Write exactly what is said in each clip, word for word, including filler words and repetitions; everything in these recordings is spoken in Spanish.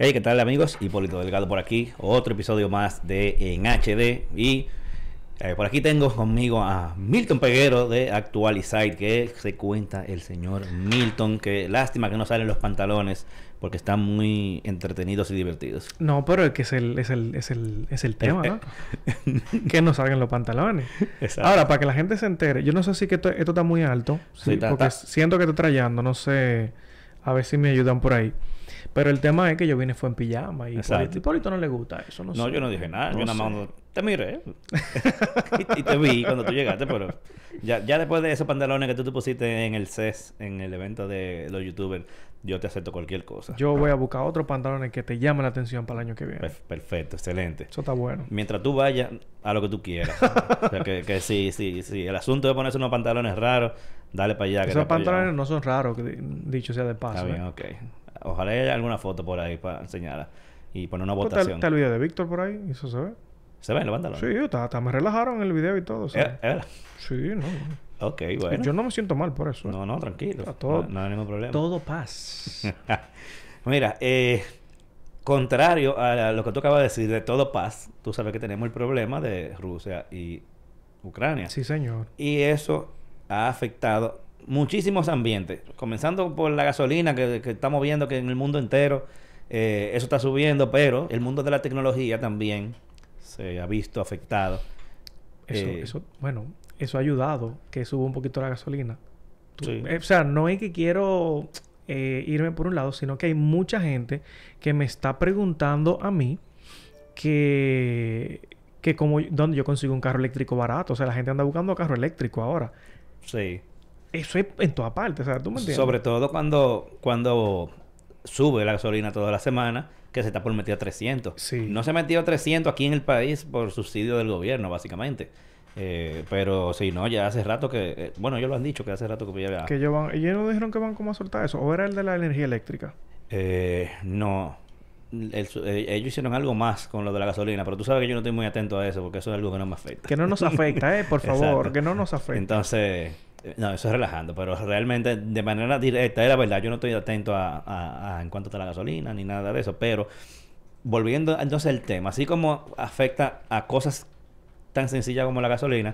Hey, ¿qué tal amigos? Hipólito Delgado por aquí, otro episodio más de En H D y eh, por aquí tengo conmigo a Milton Peguero de Actualizite, que se cuenta el señor Milton, que lástima que no salen los pantalones porque están muy entretenidos y divertidos. No, pero es que es el, es el, es el, es el tema, ¿no? Que no salgan los pantalones. Exacto. Ahora, para que la gente se entere, yo no sé si que esto, esto está muy alto, Sí, sí, está- porque está- siento que estoy trayendo, no sé, a ver si me ayudan por ahí. Pero el tema es que yo vine fue en pijama y Exacto. Hipólito, Hipólito no le gusta eso, no, No, sé. yo no dije nada, No yo nada sé. más no- te miré y, y te vi cuando tú llegaste, pero ya, ya después de esos pantalones que tú te pusiste en el C E S, en el evento de los youtubers, yo te acepto cualquier cosa. Yo voy a buscar otros pantalones que te llamen la atención para el año que viene. Perf- Perfecto, excelente. Eso está bueno. Mientras tú vayas a lo que tú quieras. O sea, que, que sí, sí, sí. El asunto de ponerse unos pantalones raros, dale para allá. Que Esos te apoyamos. pantalones no son raros, que di- dicho sea de paso. Está bien, ¿eh? ok. Ojalá haya alguna foto por ahí para enseñarla. Y poner una Pues Está, votación. está el video de Víctor por ahí, y eso se ve. ¿Se ven los pantalones? Sí, está, está- me relajaron en el video y todo, ¿Eh? ¿sabes? ¿Eh? Sí, no. Ok, bueno. Yo no me siento mal por eso. ¿eh? No, no, tranquilo. A todo- no, no hay ningún problema. Todo paz. Mira, eh, contrario a lo que tú acabas de decir de todo paz, tú sabes que tenemos el problema de Rusia y Ucrania. Sí, señor. Y eso ha afectado muchísimos ambientes. Comenzando por la gasolina, que, que estamos viendo que en el mundo entero eh, eso está subiendo, pero el mundo de la tecnología también se ha visto afectado. Eso, Eh, eso, bueno, eso ha ayudado que suba un poquito la gasolina. Tú- Sí. eh, o sea, no es que quiero eh, irme por un lado, sino que hay mucha gente que me está preguntando a mí que, que como, ¿dónde yo consigo un carro eléctrico barato? O sea, la gente anda buscando carro eléctrico ahora. Sí. Eso es en toda parte, o sea, ¿tú me entiendes? Sobre todo cuando, cuando sube la gasolina toda la semana, que se está por meter a trescientos. Sí. No se metió a trescientos aquí en el país por subsidio del gobierno, básicamente. Eh, pero sí, no, ya hace rato que... eh, bueno, ellos lo han dicho que hace rato que ya... Que ellos van... Ellos no dijeron que van como a soltar eso. ¿O era el de la energía eléctrica? Eh, no. El su- eh, ellos hicieron algo más con lo de la gasolina, pero tú sabes que yo no estoy muy atento a eso porque eso es algo que no me afecta. Que no nos afecta, ¿eh? Por favor. Exacto. Que no nos afecta. Entonces, eh, no, eso es relajando, pero realmente de manera directa, es la verdad, yo no estoy atento a, a- a en cuánto está la gasolina ni nada de eso, pero volviendo entonces al tema, así como afecta a cosas tan sencillas como la gasolina,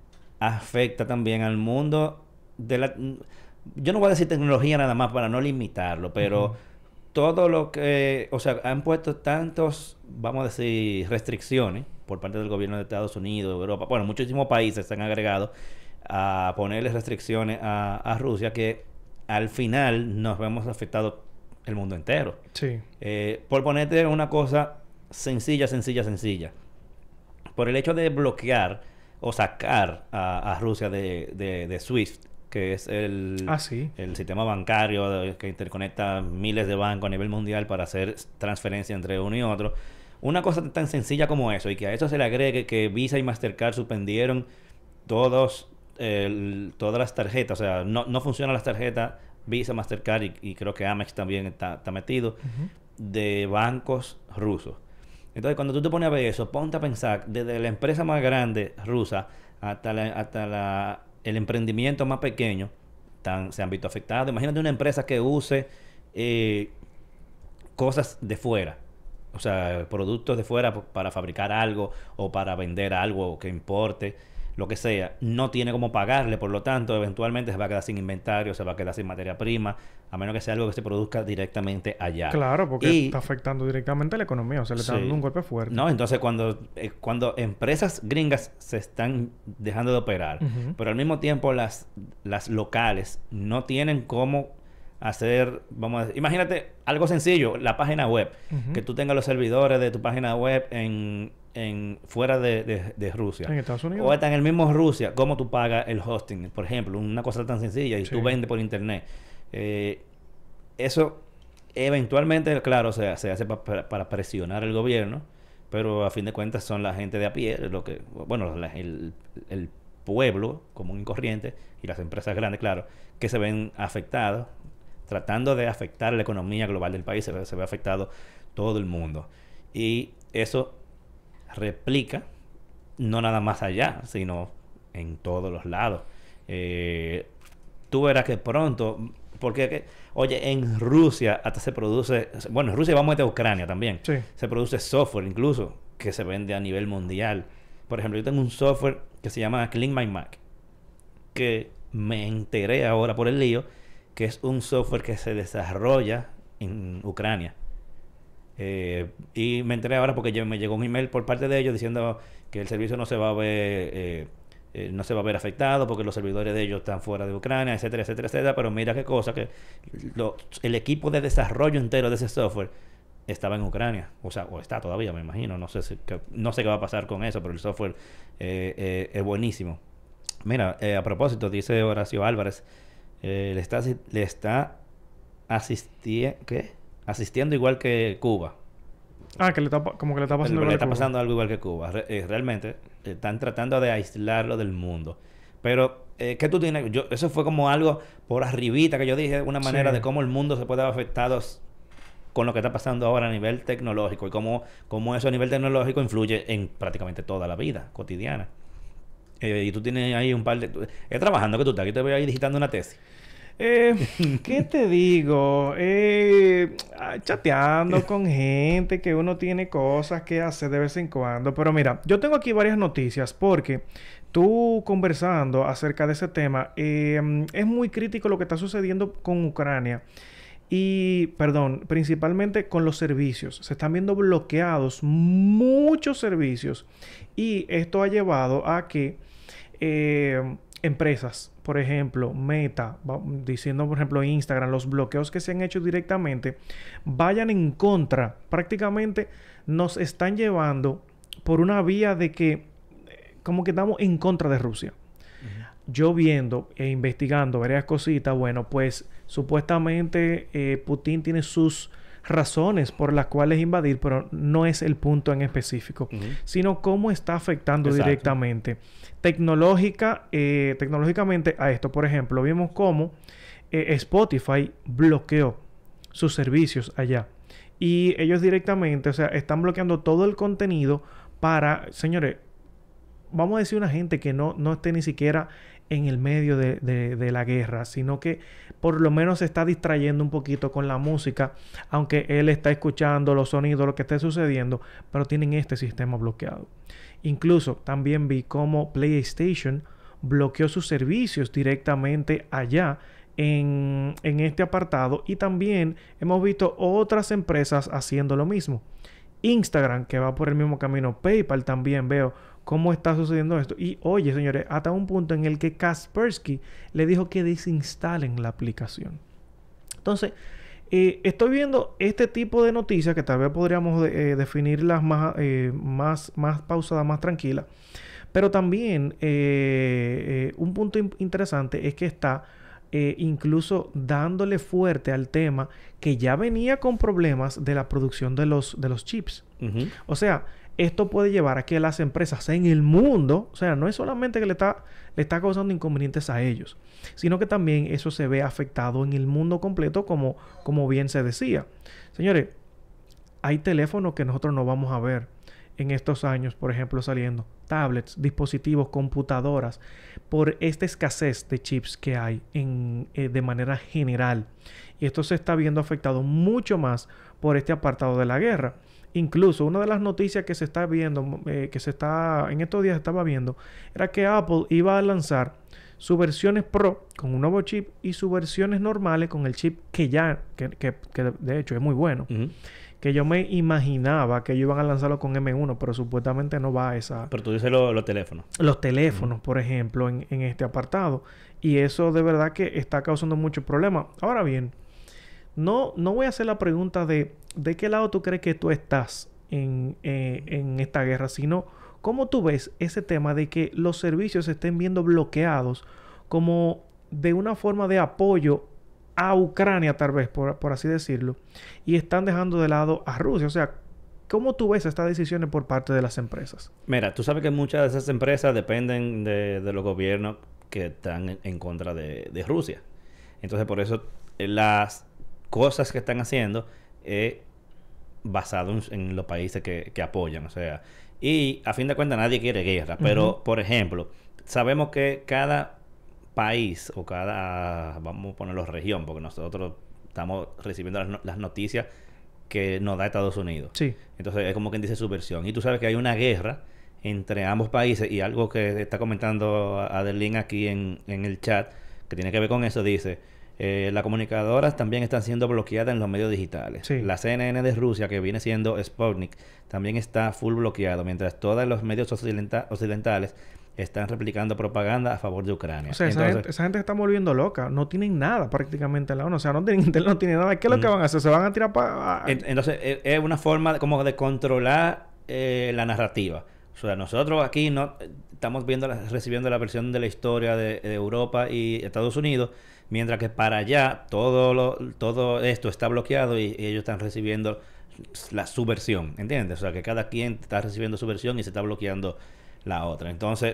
afecta también al mundo de la... Yo no voy a decir tecnología nada más para no limitarlo, pero... Ujú. Todo lo que, o sea, han puesto tantos, vamos a decir, restricciones por parte del gobierno de Estados Unidos, Europa, bueno, muchísimos países se han agregado a ponerle restricciones a, a Rusia que al final nos vemos afectado el mundo entero. Sí. Eh, por ponerte una cosa sencilla, sencilla, sencilla. Por el hecho de bloquear o sacar a, a Rusia de, de, de SWIFT, que es el, Ah, sí. el sistema bancario de- que interconecta miles de bancos a nivel mundial para hacer transferencia entre uno y otro. Una cosa tan sencilla como eso, y que a eso se le agregue que Visa y Mastercard suspendieron todos el- todas las tarjetas, o sea, no, no funcionan las tarjetas Visa, Mastercard y, y creo que Amex también está, está metido, Ujú. de bancos rusos. Entonces, cuando tú te pones a ver eso, ponte a pensar, desde la empresa más grande rusa hasta la, hasta la, el emprendimiento más pequeño, tan, se han visto afectados. Imagínate una empresa que use eh, cosas de fuera, o sea, productos de fuera p- para fabricar algo o para vender algo que importe, lo que sea, no tiene cómo pagarle, por lo tanto, eventualmente se va a quedar sin inventario, se va a quedar sin materia prima, a menos que sea algo que se produzca directamente allá. Claro, porque Y- está afectando directamente a la economía. O sea, le está Sí. dando un golpe fuerte. No, entonces cuando, eh, cuando empresas gringas se están dejando de operar, Ujú. pero al mismo tiempo las, las locales no tienen cómo hacer, vamos a decir, imagínate algo sencillo, la página web, Ujú. que tú tengas los servidores de tu página web en, en fuera de, de- de Rusia. En Estados Unidos. O está en el mismo Rusia, ¿cómo tú pagas el hosting? Por ejemplo, una cosa tan sencilla y Sí. tú vendes por internet. Eh, eso eventualmente, claro, se, se hace pa- pa- para presionar al gobierno, pero a fin de cuentas son la gente de a pie, lo que, bueno, la- el, el pueblo común y corriente y las empresas grandes, claro, que se ven afectados, tratando de afectar la economía global del país, se ve, se ve afectado todo el mundo. Y eso replica no nada más allá, sino en todos los lados. Eh, tú verás que pronto, Porque, que- oye, en Rusia hasta se produce... Bueno, en Rusia vamos a meter a Ucrania también. Sí. Se produce software incluso que se vende a nivel mundial. Por ejemplo, yo tengo un software que se llama Clean My Mac, que me enteré ahora por el lío, que es un software que se desarrolla en Ucrania. Eh, y me enteré ahora porque yo, me llegó un email por parte de ellos diciendo que el servicio no se va a ver eh, eh, no se va a ver afectado porque los servidores de ellos están fuera de Ucrania, etcétera, etcétera, etcétera. Pero mira qué cosa, que lo- el equipo de desarrollo entero de ese software estaba en Ucrania. O sea, o está todavía, me imagino. No sé si, que- no sé qué va a pasar con eso, pero el software eh, eh, es buenísimo. Mira, eh, a propósito, dice Horacio Álvarez, eh, le está, asi- le está asisti- ¿qué? asistiendo igual que Cuba. Ah, que le está, pa- como que le está pasando Le algo está a Cuba. pasando algo igual que Cuba. Re- eh, realmente están tratando de aislarlo del mundo. Pero, eh, ¿qué tú tienes? Yo, eso fue como algo por arribita que yo dije, una manera Sí. de cómo el mundo se puede ver afectado s- con lo que está pasando ahora a nivel tecnológico y cómo, cómo eso a nivel tecnológico influye en prácticamente toda la vida cotidiana. Eh, y tú tienes ahí un par de... tú- Es trabajando que tú estás. Aquí te voy ahí digitando una tesis. Eh, ¿qué te digo? Eh, ah, chateando con gente que uno tiene cosas que hacer de vez en cuando. Pero mira, yo tengo aquí varias noticias porque tú conversando acerca de ese tema, eh, es muy crítico lo que está sucediendo con Ucrania. Y, perdón, principalmente con los servicios. Se están viendo bloqueados muchos servicios. Y esto ha llevado a que eh, empresas, por ejemplo, Meta, va- diciendo por ejemplo Instagram, los bloqueos que se han hecho directamente, vayan en contra. Prácticamente nos están llevando por una vía de que eh, como que estamos en contra de Rusia. Yo viendo e investigando varias cositas, bueno, pues supuestamente eh, Putin tiene sus razones por las cuales invadir, pero no es el punto en específico, Ujú. sino cómo está afectando Exacto. directamente tecnológica, eh, tecnológicamente a esto. Por ejemplo, vimos cómo eh, Spotify bloqueó sus servicios allá. Y ellos directamente, o sea, están bloqueando todo el contenido para, señores, vamos a decir una gente que no, no esté ni siquiera en el medio de, de- de la guerra, sino que por lo menos se está distrayendo un poquito con la música, aunque él está escuchando los sonidos, lo que esté sucediendo, pero tienen este sistema bloqueado. Incluso también vi cómo PlayStation bloqueó sus servicios directamente allá en, en este apartado, y también hemos visto otras empresas haciendo lo mismo. Instagram, que va por el mismo camino. PayPal también veo cómo está sucediendo esto. Y oye, señores, hasta un punto en el que Kaspersky le dijo que desinstalen la aplicación. Entonces, eh, estoy viendo este tipo de noticias que tal vez podríamos de- eh, definirlas más, eh, más, más pausadas, más tranquilas. Pero también eh, eh, un punto in- interesante es que está eh, incluso dándole fuerte al tema que ya venía con problemas de la producción de los, de los chips. Ujú. O sea, esto puede llevar a que las empresas en el mundo, o sea, no es solamente que le está, le está causando inconvenientes a ellos, sino que también eso se ve afectado en el mundo completo, como, como bien se decía. Señores, hay teléfonos que nosotros no vamos a ver en estos años, por ejemplo, saliendo tablets, dispositivos, computadoras, por esta escasez de chips que hay en, eh, de manera general. Y esto se está viendo afectado mucho más por este apartado de la guerra. Incluso una de las noticias que se está viendo, eh, que se está en estos días estaba viendo, era que Apple iba a lanzar sus versiones Pro con un nuevo chip y sus versiones normales con el chip que ya, que, que, que de hecho es muy bueno. Ujú. Que yo me imaginaba que ellos iban a lanzarlo con M uno, pero supuestamente no va a esa... Pero tú dices lo- los teléfonos. Los teléfonos, por ejemplo, en, en este apartado. Y eso de verdad que está causando mucho problema. Ahora bien, no, no voy a hacer la pregunta de de qué lado tú crees que tú estás en, eh, en esta guerra, sino cómo tú ves ese tema de que los servicios se estén viendo bloqueados como de una forma de apoyo a Ucrania, tal vez, por, por así decirlo, y están dejando de lado a Rusia. O sea, ¿cómo tú ves estas decisiones por parte de las empresas? Mira, tú sabes que muchas de esas empresas dependen de, de los gobiernos que están en, en contra de, de Rusia. Entonces, por eso eh, las cosas que están haciendo es basado en, en los países que, que apoyan. O sea, y a fin de cuentas nadie quiere guerra. Pero, Ujú. por ejemplo, sabemos que cada país o cada, vamos a ponerlo región, porque nosotros estamos recibiendo las, no- las noticias que nos da Estados Unidos. Sí. Entonces es como quien dice su versión. Y tú sabes que hay una guerra entre ambos países y algo que está comentando Adeline aquí en, en el chat, que tiene que ver con eso, dice, eh, las comunicadoras también están siendo bloqueadas en los medios digitales. Sí. La C N N de Rusia, que viene siendo Sputnik, también está full bloqueado, mientras todos los medios occidenta- occidentales están replicando propaganda a favor de Ucrania. O sea, esa, Entonces, gente, esa gente se está volviendo loca. No tienen nada prácticamente en la ONU. O sea, no tienen internet, no tienen nada. ¿Qué es lo que mm, van a hacer? Se van a tirar para... en- entonces es, es una forma de- como de controlar eh, la narrativa. O sea, nosotros aquí no eh, estamos viendo la- recibiendo la versión de la historia de, de Europa y Estados Unidos, mientras que para allá todo lo, todo esto está bloqueado y, y ellos están recibiendo la su versión, ¿entiendes? O sea, que cada quien está recibiendo su versión y se está bloqueando la otra. Entonces,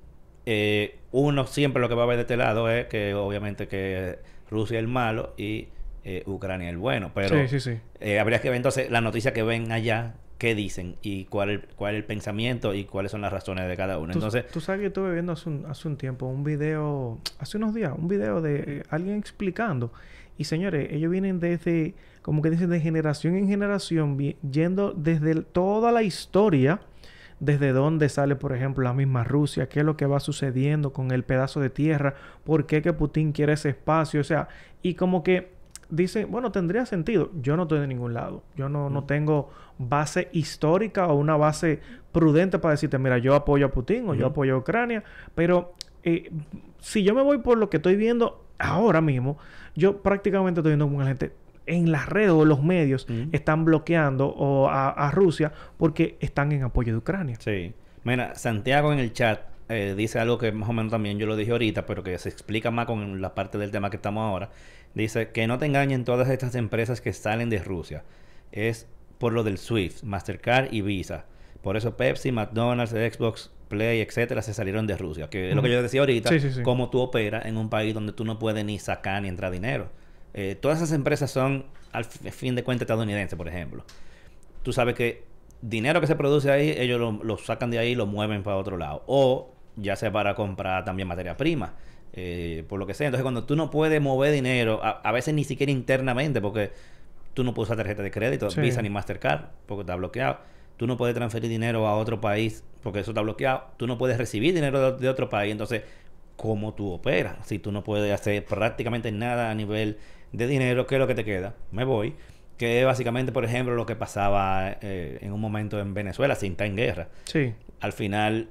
eh, uno siempre lo que va a ver de este lado es que obviamente que Rusia es el malo y eh, Ucrania es el bueno, pero Sí, sí, sí. eh, habría que ver entonces la noticia que ven allá, qué dicen y cuál es, cuál es el pensamiento y cuáles son las razones de cada uno. Tú, Entonces, tú sabes que estuve viendo hace un, hace un tiempo un video, hace unos días, un video de eh, alguien explicando. Y señores, ellos vienen desde, como que dicen, de generación en generación, vi- yendo desde el- toda la historia, desde dónde sale, por ejemplo, la misma Rusia, qué es lo que va sucediendo con el pedazo de tierra, por qué que Putin quiere ese espacio, o sea, y como que dicen, bueno, tendría sentido. Yo no estoy de ningún lado. Yo no, no mm, tengo base histórica o una base prudente para decirte, mira, yo apoyo a Putin o yo ujú, apoyo a Ucrania. Pero eh, si yo me voy por lo que estoy viendo ahora mismo, yo prácticamente estoy viendo como la gente en las redes o los medios ujú. están bloqueando o a, a Rusia porque están en apoyo de Ucrania. Sí. Mira, Santiago en el chat eh, dice algo que más o menos también yo lo dije ahorita, pero que se explica más con la parte del tema que estamos ahora. Dice que no te engañen todas estas empresas que salen de Rusia. Es por lo del SWIFT, Mastercard y Visa. Por eso Pepsi, McDonald's, Xbox, Play, etcétera, se salieron de Rusia. Que es lo que Ujú. yo decía ahorita, Sí, sí, sí. cómo tú operas en un país donde tú no puedes ni sacar ni entrar dinero. Eh, todas esas empresas son, al fi- fin de cuentas, estadounidenses, por ejemplo. Tú sabes que dinero que se produce ahí, ellos lo, lo sacan de ahí y lo mueven para otro lado. O ya sea para comprar también materia prima, eh, por lo que sea. Entonces, cuando tú no puedes mover dinero, a, a veces ni siquiera internamente, porque tú no puedes usar tarjeta de crédito, Sí. Visa ni Mastercard, porque está bloqueado. Tú no puedes transferir dinero a otro país, porque eso está bloqueado. Tú no puedes recibir dinero de, de otro país. Entonces, ¿cómo tú operas? Si tú no puedes hacer prácticamente nada a nivel de dinero, ¿qué es lo que te queda? Me voy. Que es básicamente, por ejemplo, lo que pasaba eh, en un momento en Venezuela, sin estar en guerra. Sí. Al final,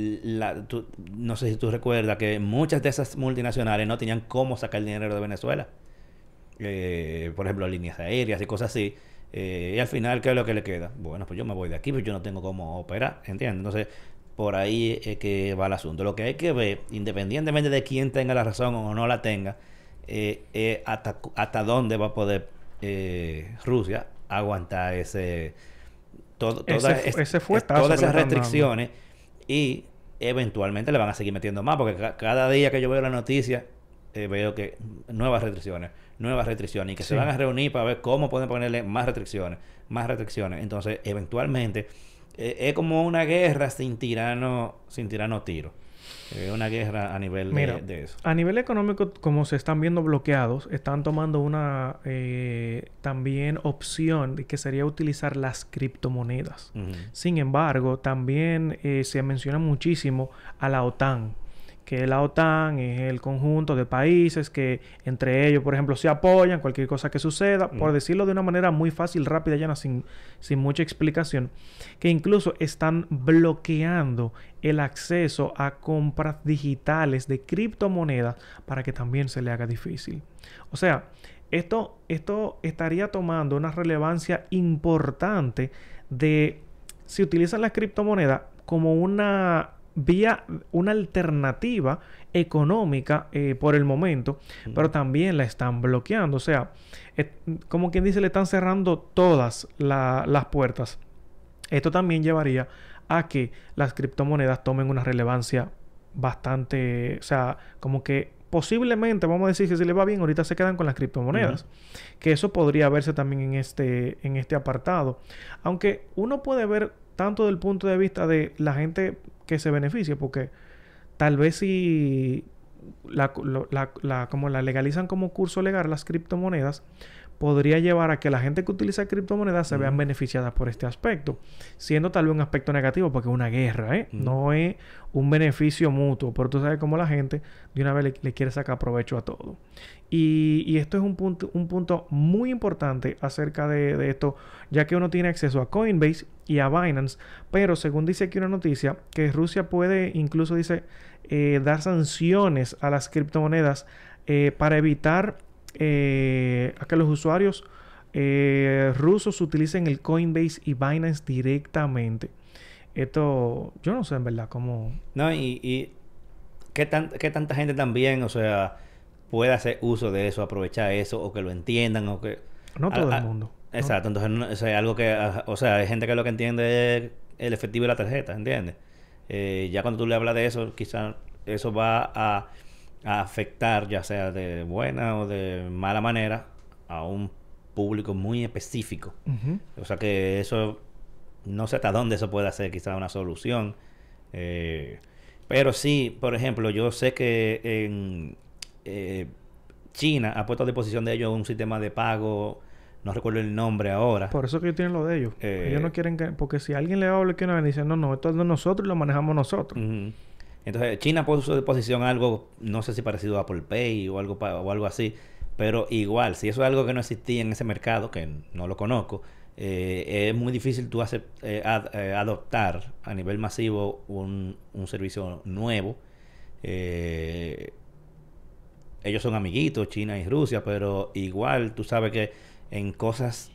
la, tú- no sé si tú recuerdas que muchas de esas multinacionales no tenían cómo sacar dinero de Venezuela. Eh, por ejemplo, líneas aéreas y cosas así. Eh, y al final, ¿qué es lo que le queda? Bueno, pues yo me voy de aquí, pero yo no tengo cómo operar, ¿entiendes? Entonces, por ahí es que va el asunto. Lo que hay que ver, independientemente de quién tenga la razón o no la tenga, eh, eh, hasta, hasta dónde va a poder eh, Rusia aguantar ese todo, Ese, toda fu- es- ese es- fuetazo todas que le esas están dando. restricciones y eventualmente le van a seguir metiendo más porque ca- cada día que yo veo la noticia eh, veo que nuevas restricciones, nuevas restricciones y que se Sí. van a reunir para ver cómo pueden ponerle más restricciones, más restricciones. Entonces, eventualmente eh, es como una guerra sin tirano, sin tirano tiro. Es una guerra a nivel de, Mira, de eso. a nivel económico, como se están viendo bloqueados, están tomando una eh, también opción de que sería utilizar las criptomonedas. Ujú. Sin embargo, también eh, se menciona muchísimo a la OTAN, que la OTAN es el conjunto de países que entre ellos, por ejemplo, se apoyan cualquier cosa que suceda, por Ujú. decirlo de una manera muy fácil, rápida, llana, sin, sin mucha explicación, que incluso están bloqueando el acceso a compras digitales de criptomonedas para que también se le haga difícil. O sea, esto, esto estaría tomando una relevancia importante de si utilizan las criptomonedas como una vía, una alternativa económica eh, por el momento, Ujú. pero también la están bloqueando. O sea, es- como quien dice, le están cerrando todas la- las puertas. Esto también llevaría a que las criptomonedas tomen una relevancia bastante, o sea, como que posiblemente, vamos a decir que si les va bien, ahorita se quedan con las criptomonedas. Ujú. Que eso podría verse también en este, en este apartado. Aunque uno puede ver tanto del punto de vista de la gente que se beneficia, porque tal vez si la, lo- la, la- como la legalizan como curso legal las criptomonedas, podría llevar a que la gente que utiliza criptomonedas se vean Ujú. beneficiadas por este aspecto, siendo tal vez un aspecto negativo porque es una guerra, ¿eh? Ujú. No es un beneficio mutuo, pero tú sabes cómo la gente de una vez le, le quiere sacar provecho a todo. Y, y esto es un punto, un punto muy importante acerca de, de esto, ya que uno tiene acceso a Coinbase y a Binance, pero según dice aquí una noticia, que Rusia puede incluso, dice, eh, dar sanciones a las criptomonedas eh, para evitar eh, a que los usuarios eh, rusos utilicen el Coinbase y Binance directamente. Esto, yo no sé en verdad cómo... No, y, y qué, tan, qué tanta gente también, o sea, puede hacer uso de eso, aprovechar eso, o que lo entiendan, o que... No a- todo el a- mundo. No. exacto, entonces no- o sea, algo que, a- o sea, hay gente que lo que entiende es el efectivo y la tarjeta, ¿entiendes? Eh, ya cuando tú le hablas de eso, quizás eso va a, a afectar, ya sea de buena o de mala manera, a un público muy específico. Ujú. O sea que eso, no sé hasta dónde eso puede ser quizás una solución. Eh, pero sí, por ejemplo, yo sé que en eh, China ha puesto a disposición de ellos un sistema de pago, no recuerdo el nombre ahora. Por eso que ellos tienen lo de ellos. Ellos no Eh, quieren que... Porque si alguien le habla que una vez dicen, no, no, esto es de nosotros y lo manejamos nosotros. Ujú. Entonces, China puso a disposición algo, no sé si parecido a Apple Pay o algo, pa- o algo así, pero igual, si eso es algo que no existía en ese mercado, que no lo conozco, eh, es muy difícil tú acep- eh, ad- eh, adoptar a nivel masivo un, un servicio nuevo. Eh, ellos son amiguitos, China y Rusia, pero igual tú sabes que en cosas,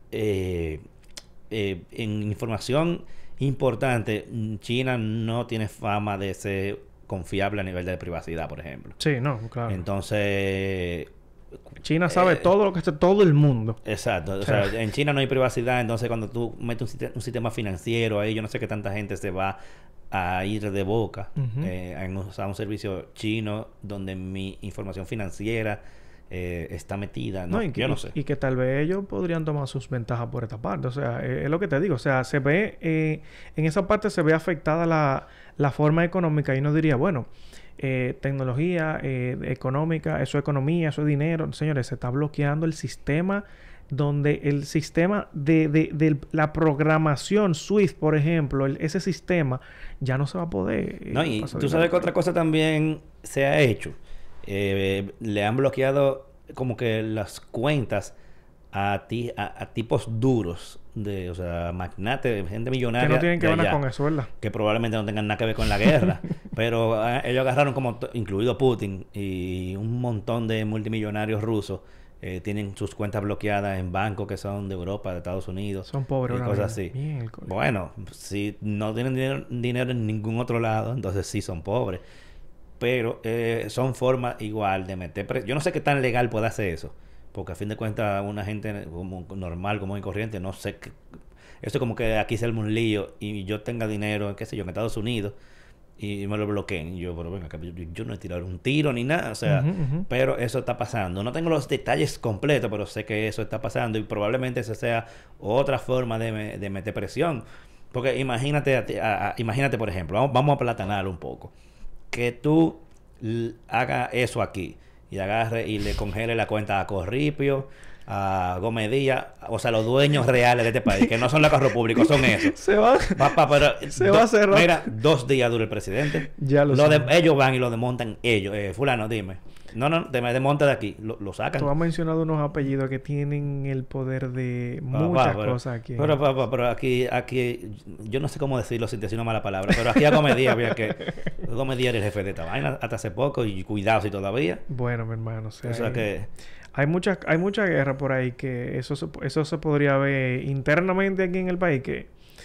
eh, eh, en información importante, mm, China no tiene fama de ser confiable a nivel de privacidad, por ejemplo. Sí, no, claro. Entonces, China sabe eh, todo lo que hace todo el mundo. exacto. O O sea, sea, en China no hay privacidad, entonces cuando tú metes un, siste- un sistema financiero ahí, yo no sé qué tanta gente se va a ir de boca Ujú. eh, en usar un servicio chino donde mi información financiera eh, está metida. No, No, y, que- yo no y- sé. y que tal vez ellos podrían tomar sus ventajas por esta parte. O sea, eh, es lo que te digo. O sea, se ve, eh, en esa parte se ve afectada la, la forma económica y uno diría, bueno, eh, tecnología eh, económica, eso es economía, eso es dinero. Señores, se está bloqueando el sistema donde el sistema de, de, de la programación Swift, por ejemplo, el- ese sistema ya no se va a poder eh, No, y pasar tú de sabes que largo. otra cosa también se ha hecho. Eh, le han bloqueado como que las cuentas a ti, a, a tipos duros de, o sea, magnates, gente Que millonaria no tienen que de ver nada allá, con eso, ¿verdad? que probablemente no tengan nada que ver con la guerra. Pero ah, ellos agarraron como, to- incluido Putin y un montón de multimillonarios rusos, eh, tienen sus cuentas bloqueadas en bancos que son de Europa, de Estados Unidos Son pobres y ahora cosas mismo. así. Miércoles. Bueno, si no tienen dinero, dinero en ningún otro lado, entonces sí son pobres. Pero eh, son formas igual de meter pre- Yo no sé qué tan legal puede hacer eso. Porque a fin de cuentas, una gente como normal, común y corriente, no sé qué. Eso es como que aquí se arma un lío y yo tenga dinero, qué sé yo, en Estados Unidos y me lo bloqueen. Y yo, pero venga, acá, yo, yo no he tirado un tiro ni nada, o sea, Ujú, ujú. pero eso está pasando. No tengo los detalles completos, pero sé que eso está pasando y probablemente esa sea otra forma de, me- de meter presión. Porque imagínate, a ti- a- a- imagínate por ejemplo, vamos, vamos a platanarlo un poco. Que tú l- hagas eso aquí y agarre y le congele la cuenta a Corripio, a Gómez Díaz, o sea, los dueños reales de este país, que no son los carros públicos, son esos. Se va. Papá, pero Se do- va a cerrar. Mira, dos días dura el presidente. Ya lo Lo de- sabes. ellos van y lo desmontan ellos. Eh, fulano, dime. No, no, te me desmonta de aquí. Lo, lo sacan. Tú has mencionado unos apellidos que tienen el poder de Papá, muchas pero, cosas aquí. Pero, papá, pero aquí, aquí, yo no sé cómo decirlo sin decir una mala palabra, pero aquí a Gómez Díaz había que. Gómez Díaz era el jefe de esta vaina hasta hace poco y cuidado si todavía. Bueno, mi hermano. O sea, O sea hay, que. hay mucha, hay mucha guerra por ahí que eso se, eso se podría ver internamente aquí en el país. Que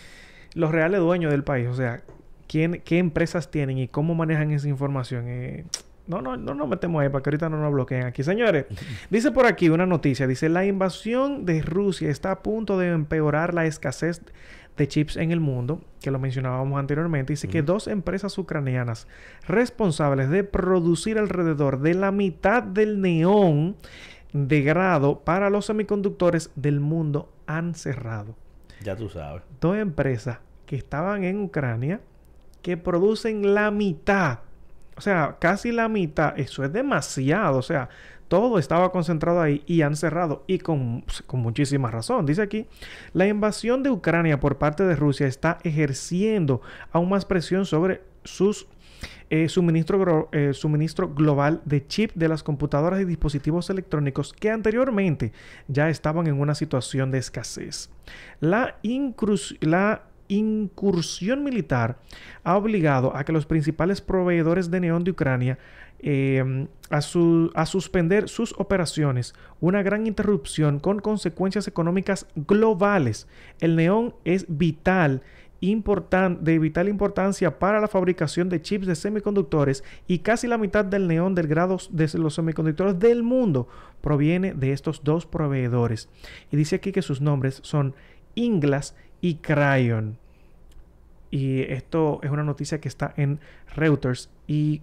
los reales dueños del país, o sea, quién, qué empresas tienen y cómo manejan esa información. Eh, no, no, no nos metemos ahí para que ahorita no nos bloqueen aquí. Señores, dice por aquí una noticia. Dice, la invasión de Rusia está a punto de empeorar la escasez de chips en el mundo, que lo mencionábamos anteriormente. Dice que Ujú. dos empresas ucranianas responsables de producir alrededor de la mitad del neón de grado para los semiconductores del mundo han cerrado. Ya tú sabes. Dos empresas que estaban en Ucrania que producen la mitad O sea, casi la mitad. Eso es demasiado. O sea, todo estaba concentrado ahí y han cerrado. Y con, con muchísima razón. Dice aquí, la invasión de Ucrania por parte de Rusia está ejerciendo aún más presión sobre sus eh, suministro, eh, suministro global de chip de las computadoras y dispositivos electrónicos que anteriormente ya estaban en una situación de escasez. La, incrus la incursión militar ha obligado a que los principales proveedores de neón de Ucrania eh, a, su, a suspender sus operaciones, una gran interrupción con consecuencias económicas globales. El neón es vital Importan, de vital importancia para la fabricación de chips de semiconductores y casi la mitad del neón del grado de los semiconductores del mundo proviene de estos dos proveedores. Y dice aquí que sus nombres son Inglas y Crayon. Y esto es una noticia que está en Reuters. ¿Y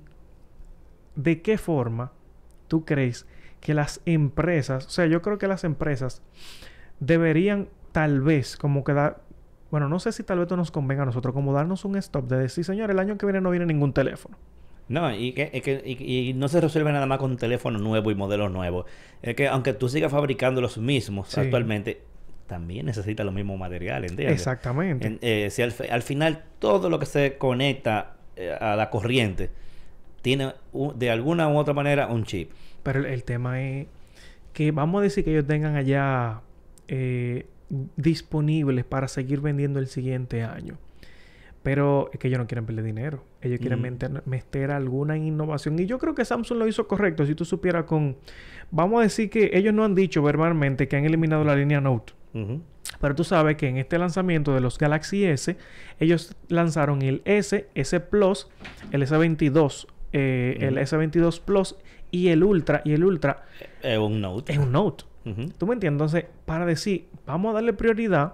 de qué forma tú crees que las empresas, o sea, yo creo que las empresas deberían tal vez como quedar... Bueno, no sé si tal vez esto nos convenga a nosotros como darnos un stop de decir, señor, el año que viene no viene ningún teléfono. No, y que, y, que, y, y no se resuelve nada más con un teléfono nuevo y modelos nuevos. Es que aunque tú sigas fabricando los mismos sí. actualmente, también necesitas los mismos materiales, ¿entiendes? Exactamente. En, eh, si al, al final todo lo que se conecta eh, a la corriente tiene un, de alguna u otra manera un chip. Pero el, el tema es que vamos a decir que ellos tengan allá... Eh, disponibles para seguir vendiendo el siguiente año. Pero es que ellos no quieren perder dinero. Ellos mm. quieren meter, meter alguna innovación. Y yo creo que Samsung lo hizo correcto. Si tú supieras con... Vamos a decir que ellos no han dicho verbalmente que han eliminado la línea Note. Uh-huh. Pero tú sabes que en este lanzamiento de los Galaxy S, ellos lanzaron el S, S Plus, el S veintidós, eh, uh-huh. el S veintidós Plus y el Ultra. Y el Ultra... Es un Note. Es un Note. Uh-huh. ¿Tú me entiendes? Entonces, para decir, vamos a darle prioridad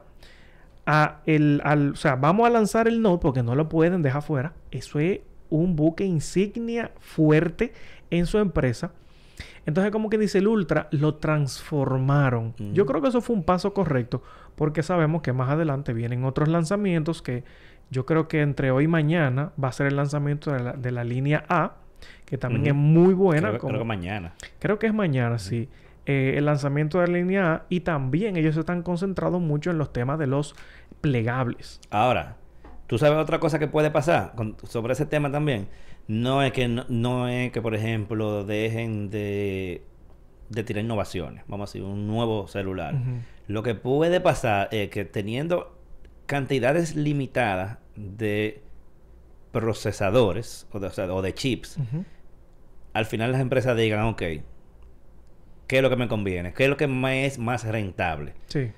a el, al, o sea, vamos a lanzar el Note porque no lo pueden dejar fuera. Eso es un buque insignia fuerte en su empresa. Entonces, como que dice el Ultra, lo transformaron. Uh-huh. Yo creo que eso fue un paso correcto porque sabemos que más adelante vienen otros lanzamientos que yo creo que entre hoy y mañana va a ser el lanzamiento de la, de la línea A, que también uh-huh. es muy buena. Creo, como, creo que mañana. Creo que es mañana, uh-huh. sí. Eh, el lanzamiento de la línea A y también ellos están concentrados mucho en los temas de los plegables. Ahora, ¿tú sabes otra cosa que puede pasar con, sobre ese tema también? No es que, no, no es que por ejemplo, dejen de, de tirar innovaciones. Vamos a decir, un nuevo celular. Uh-huh. Lo que puede pasar es que teniendo cantidades limitadas de procesadores o de, o sea, o de chips, uh-huh. al final las empresas digan, ok, ¿qué es lo que me conviene? ¿Qué es lo que me es más rentable? Sí.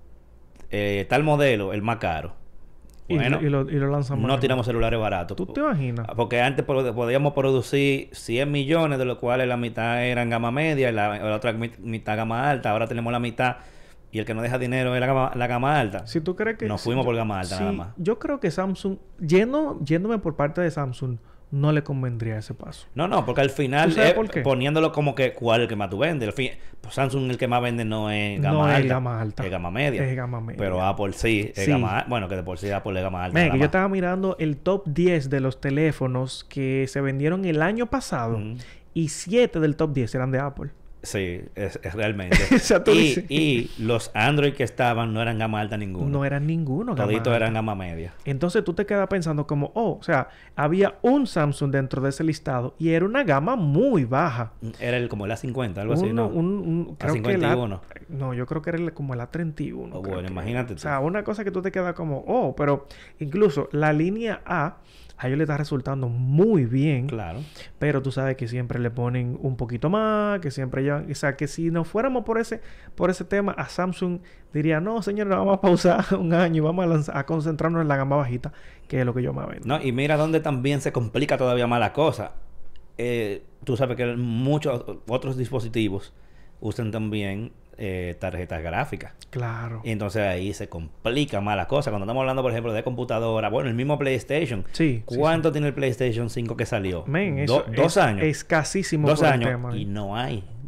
Eh, tal modelo, el más caro. Bueno, y, y, lo, y lo lanzamos. No tiramos celulares baratos. ¿Tú te imaginas? Porque antes podíamos producir cien millones, de los cuales la mitad eran gama media y la, la otra mitad gama alta. Ahora tenemos la mitad y el que no deja dinero es la gama, la gama alta. Si tú crees que... Nos fuimos por gama alta sí, nada más. Yo creo que Samsung, yendo, yéndome por parte de Samsung, no le convendría ese paso. No, no, porque al final, eh, poniéndolo como que cuál es el que más tú vendes. Al fin, pues Samsung el que más vende no es gama no alta. Es gama alta. Es gama media. Es gama media. Pero Apple sí, es sí. gama alta. Bueno, que de por sí Apple es gama alta. Men, que yo estaba mirando el top diez de los teléfonos que se vendieron el año pasado uh-huh. y siete del top diez eran de Apple. Sí, es, es realmente. y, y los Android que estaban no eran gama alta ninguno. No eran ninguno. Toditos eran gama media. Entonces tú te quedas pensando como, oh, o sea, había un Samsung dentro de ese listado y era una gama muy baja. Era el como el A cincuenta, algo Uno, así, ¿no? Un, un, creo A cincuenta y uno. Que el A, no, yo creo que era el, como el A treinta y uno. Oh, bueno, que, imagínate. O sea, una cosa que tú te quedas como, oh, pero incluso la línea A... a ellos le está resultando muy bien. Claro. Pero tú sabes que siempre le ponen un poquito más, que siempre llevan... O sea, que si nos fuéramos por ese por ese tema, a Samsung diría, no, señores, vamos a pausar un año y vamos a, lanzar, a concentrarnos en la gama bajita, que es lo que yo me vendo. No, y mira dónde también se complica todavía más la cosa. Eh, tú sabes que muchos otros dispositivos usan también eh, tarjetas gráficas. Claro. Y entonces ahí se complica más la cosa. Cuando estamos hablando, por ejemplo, de computadora, bueno, el mismo PlayStation. Sí. ¿Cuánto sí, tiene sí. el PlayStation cinco que salió? Men, Do- eso dos es años. Escasísimo. Dos por años. el tema. Y no hay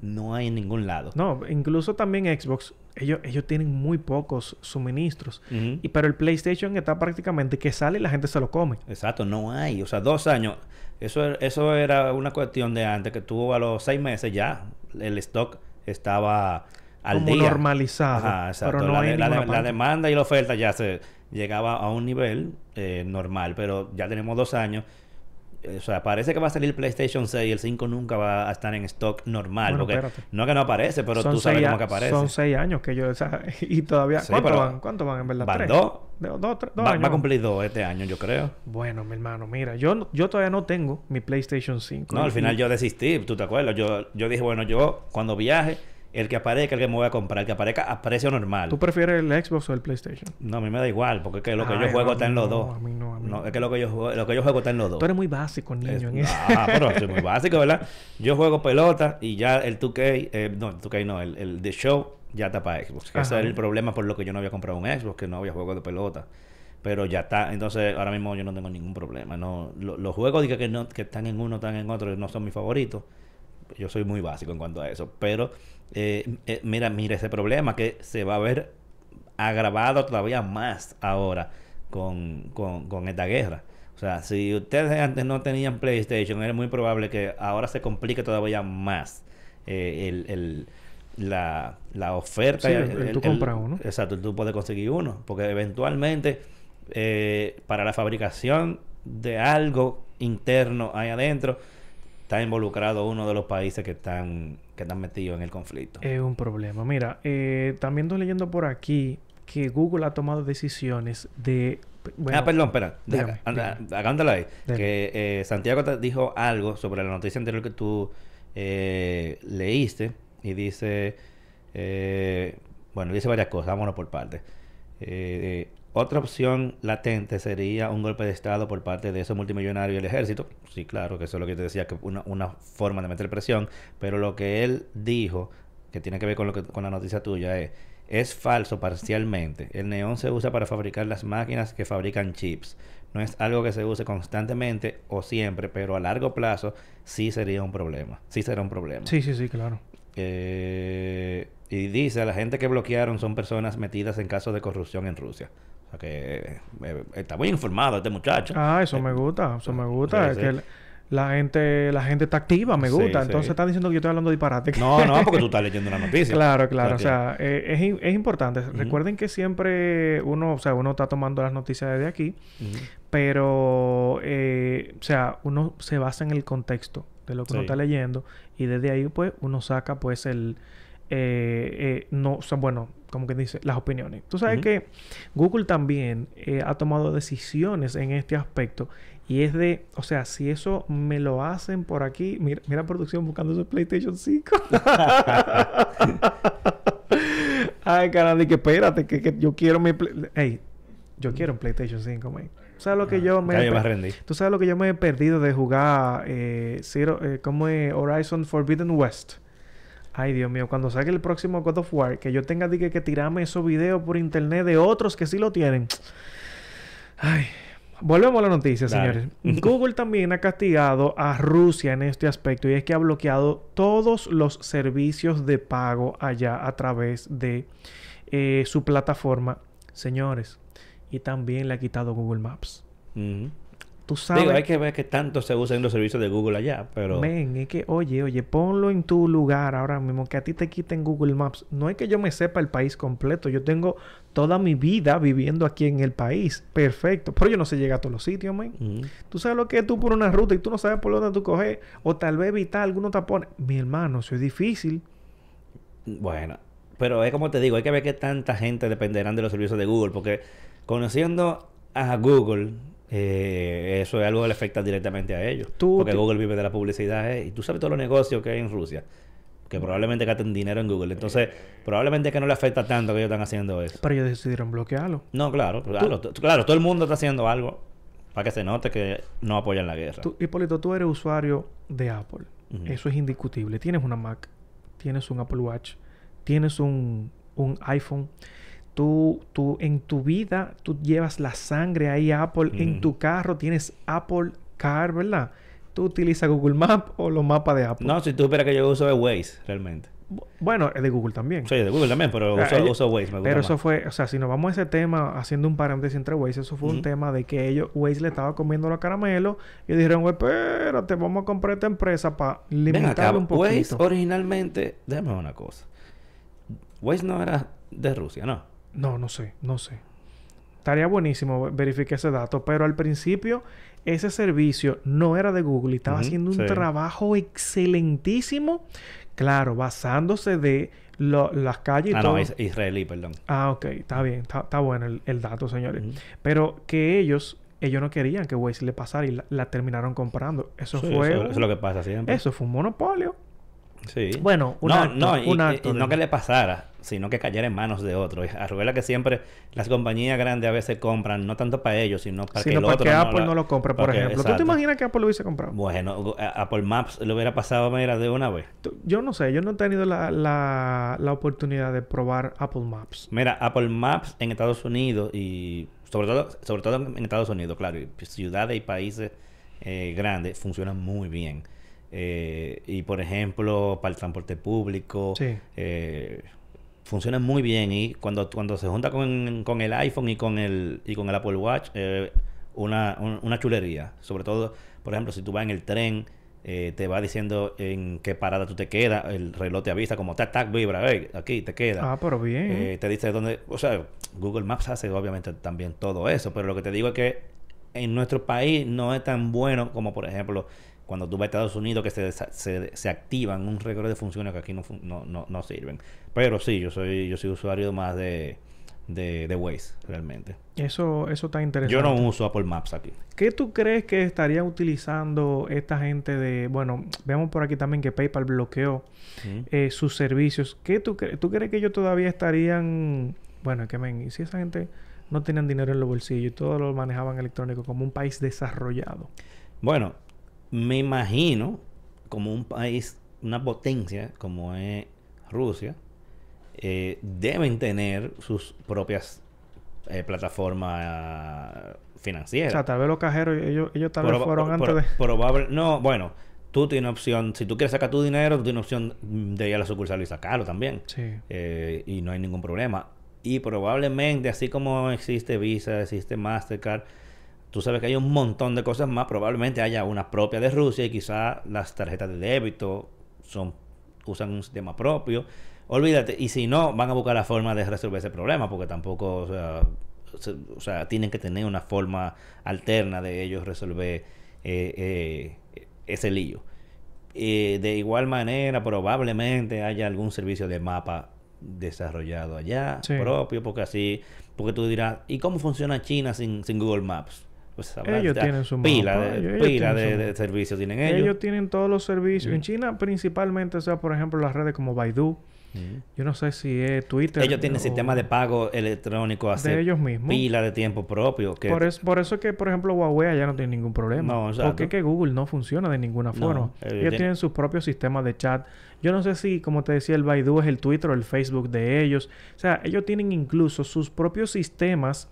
no hay en ningún lado. No, incluso también Xbox, ellos, ellos tienen muy pocos suministros. Ujú. Y pero el PlayStation está prácticamente que sale y la gente se lo come. Exacto, no hay. O sea, dos años. Eso, er- eso era una cuestión de antes, que tú a los seis meses ya el stock estaba al Como día. normalizado. Ajá, exacto. Pero no la, hay de- en la, de- ninguna la parte. demanda y la oferta ya se llegaba a un nivel eh, normal, pero ya tenemos dos años. Eh, O sea, parece que va a salir el PlayStation seis y el cinco nunca va a estar en stock normal. Bueno, porque espérate. no es que no aparece, pero Son tú sabes seis cómo a- que aparece. Son seis años que yo... O sea, y todavía... Sí, ¿Cuánto pero van? ¿Cuánto van en verdad? van ¿Tres? dos. De- dos, tres- dos Va, años. va a cumplir dos este año, yo creo. Bueno, mi hermano, mira, yo, no- yo todavía no tengo mi PlayStation cinco. No, al Y- final yo desistí, ¿tú te acuerdas? Yo, yo dije, bueno, yo cuando viaje, el que aparezca, el que me voy a comprar, el que aparezca a precio normal. ¿Tú prefieres el Xbox o el PlayStation? No, a mí me da igual, porque es que lo que Ay, yo juego no, está en los no, dos. a mí no, a mí No, no. es que lo que yo juego, lo que yo juego está en los dos. Tú eres muy básico, niño. Es- en eso. Ah, pero soy muy básico, ¿verdad? Yo juego pelota y ya el dos K, eh, no, el dos K no, el, el The Show ya está para Xbox. Que ese Ajá. era el problema por lo que yo no había comprado un Xbox, que no había juego de pelota. Pero ya está, entonces ahora mismo yo no tengo ningún problema. No, lo- los juegos diga que no, que están en uno, están en otro, no son mis favoritos. Yo soy muy básico en cuanto a eso. Pero eh, eh, mira, mira ese problema que se va a ver agravado todavía más ahora con, con, con esta guerra. O sea, si ustedes antes no tenían PlayStation, es muy probable que ahora se complique todavía más eh, el, el, la, la oferta. Sí, el- el- el- tú el- compras uno. Exacto, tú puedes conseguir uno. Porque eventualmente, eh, para la fabricación de algo interno ahí adentro, está involucrado uno de los países que están, que están metidos en el conflicto. Es un problema. Mira, eh, también estoy leyendo por aquí que Google ha tomado decisiones de... bueno, ah, perdón, espera. Deja- dígame, anda- dígame. Agándalo ahí. Dale. Que eh, Santiago te dijo algo sobre la noticia anterior que tú eh, leíste. Y dice... eh, bueno, dice varias cosas. Vámonos por partes. Eh, otra opción latente sería un golpe de Estado por parte de esos multimillonarios y el ejército. Sí, claro, que eso es lo que te decía, que una, una forma de meter presión. Pero lo que él dijo, que tiene que ver con, lo que, con la noticia tuya, es... Es falso parcialmente. El neón se usa para fabricar las máquinas que fabrican chips. No es algo que se use constantemente o siempre, pero a largo plazo sí sería un problema. Sí será un problema. Sí, sí, sí, claro. Eh, y dice, la gente que bloquearon son personas metidas en casos de corrupción en Rusia. O sea que eh, está muy informado este muchacho. Ah, eso Eh, me gusta. Eso me gusta. sí, que sí. la- la gente, la gente está activa, me Sí, gusta. sí. Entonces están diciendo que yo estoy hablando disparate. No, no, porque tú estás leyendo la noticia. Claro, claro. O O sea, sea, eh, es, im- es importante. Ujú. Recuerden que siempre uno, o sea, uno está tomando las noticias desde aquí, Ujú. pero, eh, o sea, uno se basa en el contexto de lo que uno Sí. está leyendo y desde ahí, pues, uno saca, pues, el, eh, eh, no, o sea, bueno, como que dice, las opiniones. Tú sabes Ujú. que Google también eh, ha tomado decisiones en este aspecto y es de, o sea, si eso me lo hacen por aquí, mira, mira producción buscando su PlayStation cinco. Ay, caramba, y que espérate, que, que yo quiero mi... Play- Ey, yo quiero un PlayStation cinco, man. ¿Sabes lo que yo me... Ya he yo me per- rendí. Tú sabes lo que yo me he perdido de jugar eh, Zero, eh, ¿cómo es? Horizon Forbidden West. Ay, Dios mío, cuando salga el próximo God of War, que yo tenga de que, que tirarme esos videos por internet de otros que sí lo tienen. Ay, volvemos a la noticia, Dale. señores. Google también ha castigado a Rusia en este aspecto y es que ha bloqueado todos los servicios de pago allá a través de eh, su plataforma, señores. Y también le ha quitado Google Maps. Ujú. Tú sabes... Digo, hay que ver qué tanto se usan los servicios de Google allá, pero... Men, es que, oye, oye, ponlo en tu lugar ahora mismo, que a ti te quiten Google Maps. No es que yo me sepa el país completo. Yo tengo toda mi vida viviendo aquí en el país. Perfecto. Pero yo no sé llegar a todos los sitios, men. Ujú. Tú sabes lo que es tú por una ruta y tú no sabes por dónde tú coges. O tal vez evitar algunos tapones. Mi hermano, eso es difícil. Bueno, pero es como te digo, hay que ver qué tanta gente dependerán de los servicios de Google, porque conociendo a Google, eh, eso es algo que le afecta directamente a ellos. Tú porque te- Google vive de la publicidad, eh, y tú sabes todos los negocios que hay en Rusia, que probablemente gasten dinero en Google. Entonces, probablemente que no le afecta tanto que ellos están haciendo eso. Pero ellos decidieron bloquearlo. No, claro, claro, t- claro, todo el mundo está haciendo algo para que se note que no apoyan la guerra. Tú, Hipólito, tú eres usuario de Apple. Ujú. Eso es indiscutible. Tienes una Mac, tienes un Apple Watch, tienes un, un iPhone. Tú, tú, en tu vida, tú llevas la sangre ahí a Apple. En Ujú. tu carro tienes Apple Car, ¿verdad? ¿Tú utilizas Google Maps o los mapas de Apple? No, si tú esperas que yo uso el Waze, realmente. Bueno, es de Google también. Sí, de Google también, pero O sea, uso, ellos- uso Waze, me gusta Pero más. eso fue, o sea, si nos vamos a ese tema, haciendo un paréntesis entre Waze, eso fue un Ujú. tema de que ellos, Waze le estaba comiendo los caramelos y dijeron, "Güey, espérate, vamos a comprar esta empresa para Ven limitarle acá, un Waze poquito." originalmente... Déjame ver una cosa. Waze no era de Rusia, ¿no? No, no sé, no sé. Estaría buenísimo verificar ese dato, pero al principio ese servicio no era de Google y estaba Ujú, haciendo un sí. trabajo excelentísimo, claro, basándose de lo- las calles y Ah, todo. no, is- israelí, perdón. Ah, ok, está bien, está, está bueno el, el dato, señores. Ujú. Pero que ellos, ellos no querían que Waze le pasara y la, la terminaron comprando. Eso Sí, fue. eso, un- eso es lo que pasa siempre. eso fue un monopolio. Sí. Bueno, un no, acto, no, y, un y- acto y de- no que le pasara, sino que cayera en manos de otro. Y recuerda que siempre las compañías grandes a veces compran, no tanto para ellos, sino para que Sino el para otro que no Apple la- no lo compre, por para que- ejemplo. ¿Tú te exacto. imaginas que Apple lo hubiese comprado? Bueno, a- Apple Maps le hubiera pasado, mira, de una vez. Tú- Yo no sé, yo no he tenido la, la, la oportunidad de probar Apple Maps. Mira, Apple Maps en Estados Unidos y sobre todo, sobre todo en Estados Unidos, claro, y ciudades y países eh, grandes funcionan muy bien. Eh, y por ejemplo, para el transporte público, Sí. eh, funcionan muy bien. Y cuando, cuando se junta con, con el iPhone y con el, y con el Apple Watch, eh, una, un- una chulería. Sobre todo, por ejemplo, si tú vas en el tren, eh, te va diciendo en qué parada tú te quedas, el reloj te avisa como tac, tac, vibra, "Ey, aquí te queda. Ah, pero bien. Eh, te dice dónde... O sea, Google Maps hace obviamente también todo eso, pero lo que te digo es que en nuestro país no es tan bueno como, por ejemplo, cuando tú vas a Estados Unidos que se, desa- se, se activan un récord de funciones que aquí no, fun- no, no, no sirven. Pero sí, yo soy yo soy usuario más de, de, de Waze, realmente. Eso, eso está interesante. Yo no uso Apple Maps aquí. ¿Qué tú crees que estaría utilizando esta gente de... Bueno, vemos por aquí también que PayPal bloqueó Ujú. eh, sus servicios. ¿Qué tú crees? ¿Tú crees que ellos todavía estarían... Bueno, que men, si esa gente no tenían dinero en los bolsillos y todo lo manejaban electrónico como un país desarrollado? Bueno, me imagino como un país, una potencia como es Rusia, eh, deben tener sus propias eh, plataformas O financieras. sea, tal vez los cajeros, ellos, ellos tal vez Proba- fueron pro- antes pro- de... probable, no, bueno, tú tienes opción, si tú quieres sacar tu dinero, tú tienes opción de ir a la sucursal y sacarlo también. Sí. Eh, y no hay ningún problema. Y probablemente, así como existe Visa, existe Mastercard, tú sabes que hay un montón de cosas más. Probablemente haya una propia de Rusia y quizá las tarjetas de débito son usan un sistema propio. Olvídate. Y si no, van a buscar la forma de resolver ese problema porque tampoco, o sea, se- o sea tienen que tener una forma alterna de ellos resolver eh, eh, ese lío. Eh, de igual manera, probablemente haya algún servicio de mapa desarrollado allá Sí. propio, porque así, porque tú dirás, ¿y cómo funciona China sin, sin Google Maps? Pues sabrás, Ellos o sea, tienen su pila mapa, de, ellos pila tienen de, su de mapa. servicios tienen Ellos, ellos. tienen todos los servicios. En Mm. China principalmente, o sea, por ejemplo, las redes como Baidu. Ujú. Yo no sé si es Twitter. Ellos tienen o- sistema de pago electrónico hace de ellos mismos. pila de tiempo propio. Que Por, es, por eso es que, por ejemplo, Huawei allá no tiene ningún problema. No, exacto. Porque es que Google no funciona de ninguna No, forma. ellos ellos tienen- tienen sus propios sistemas de chat. Yo no sé si, como te decía, el Baidu es el Twitter o el Facebook de ellos. O sea, ellos tienen incluso sus propios sistemas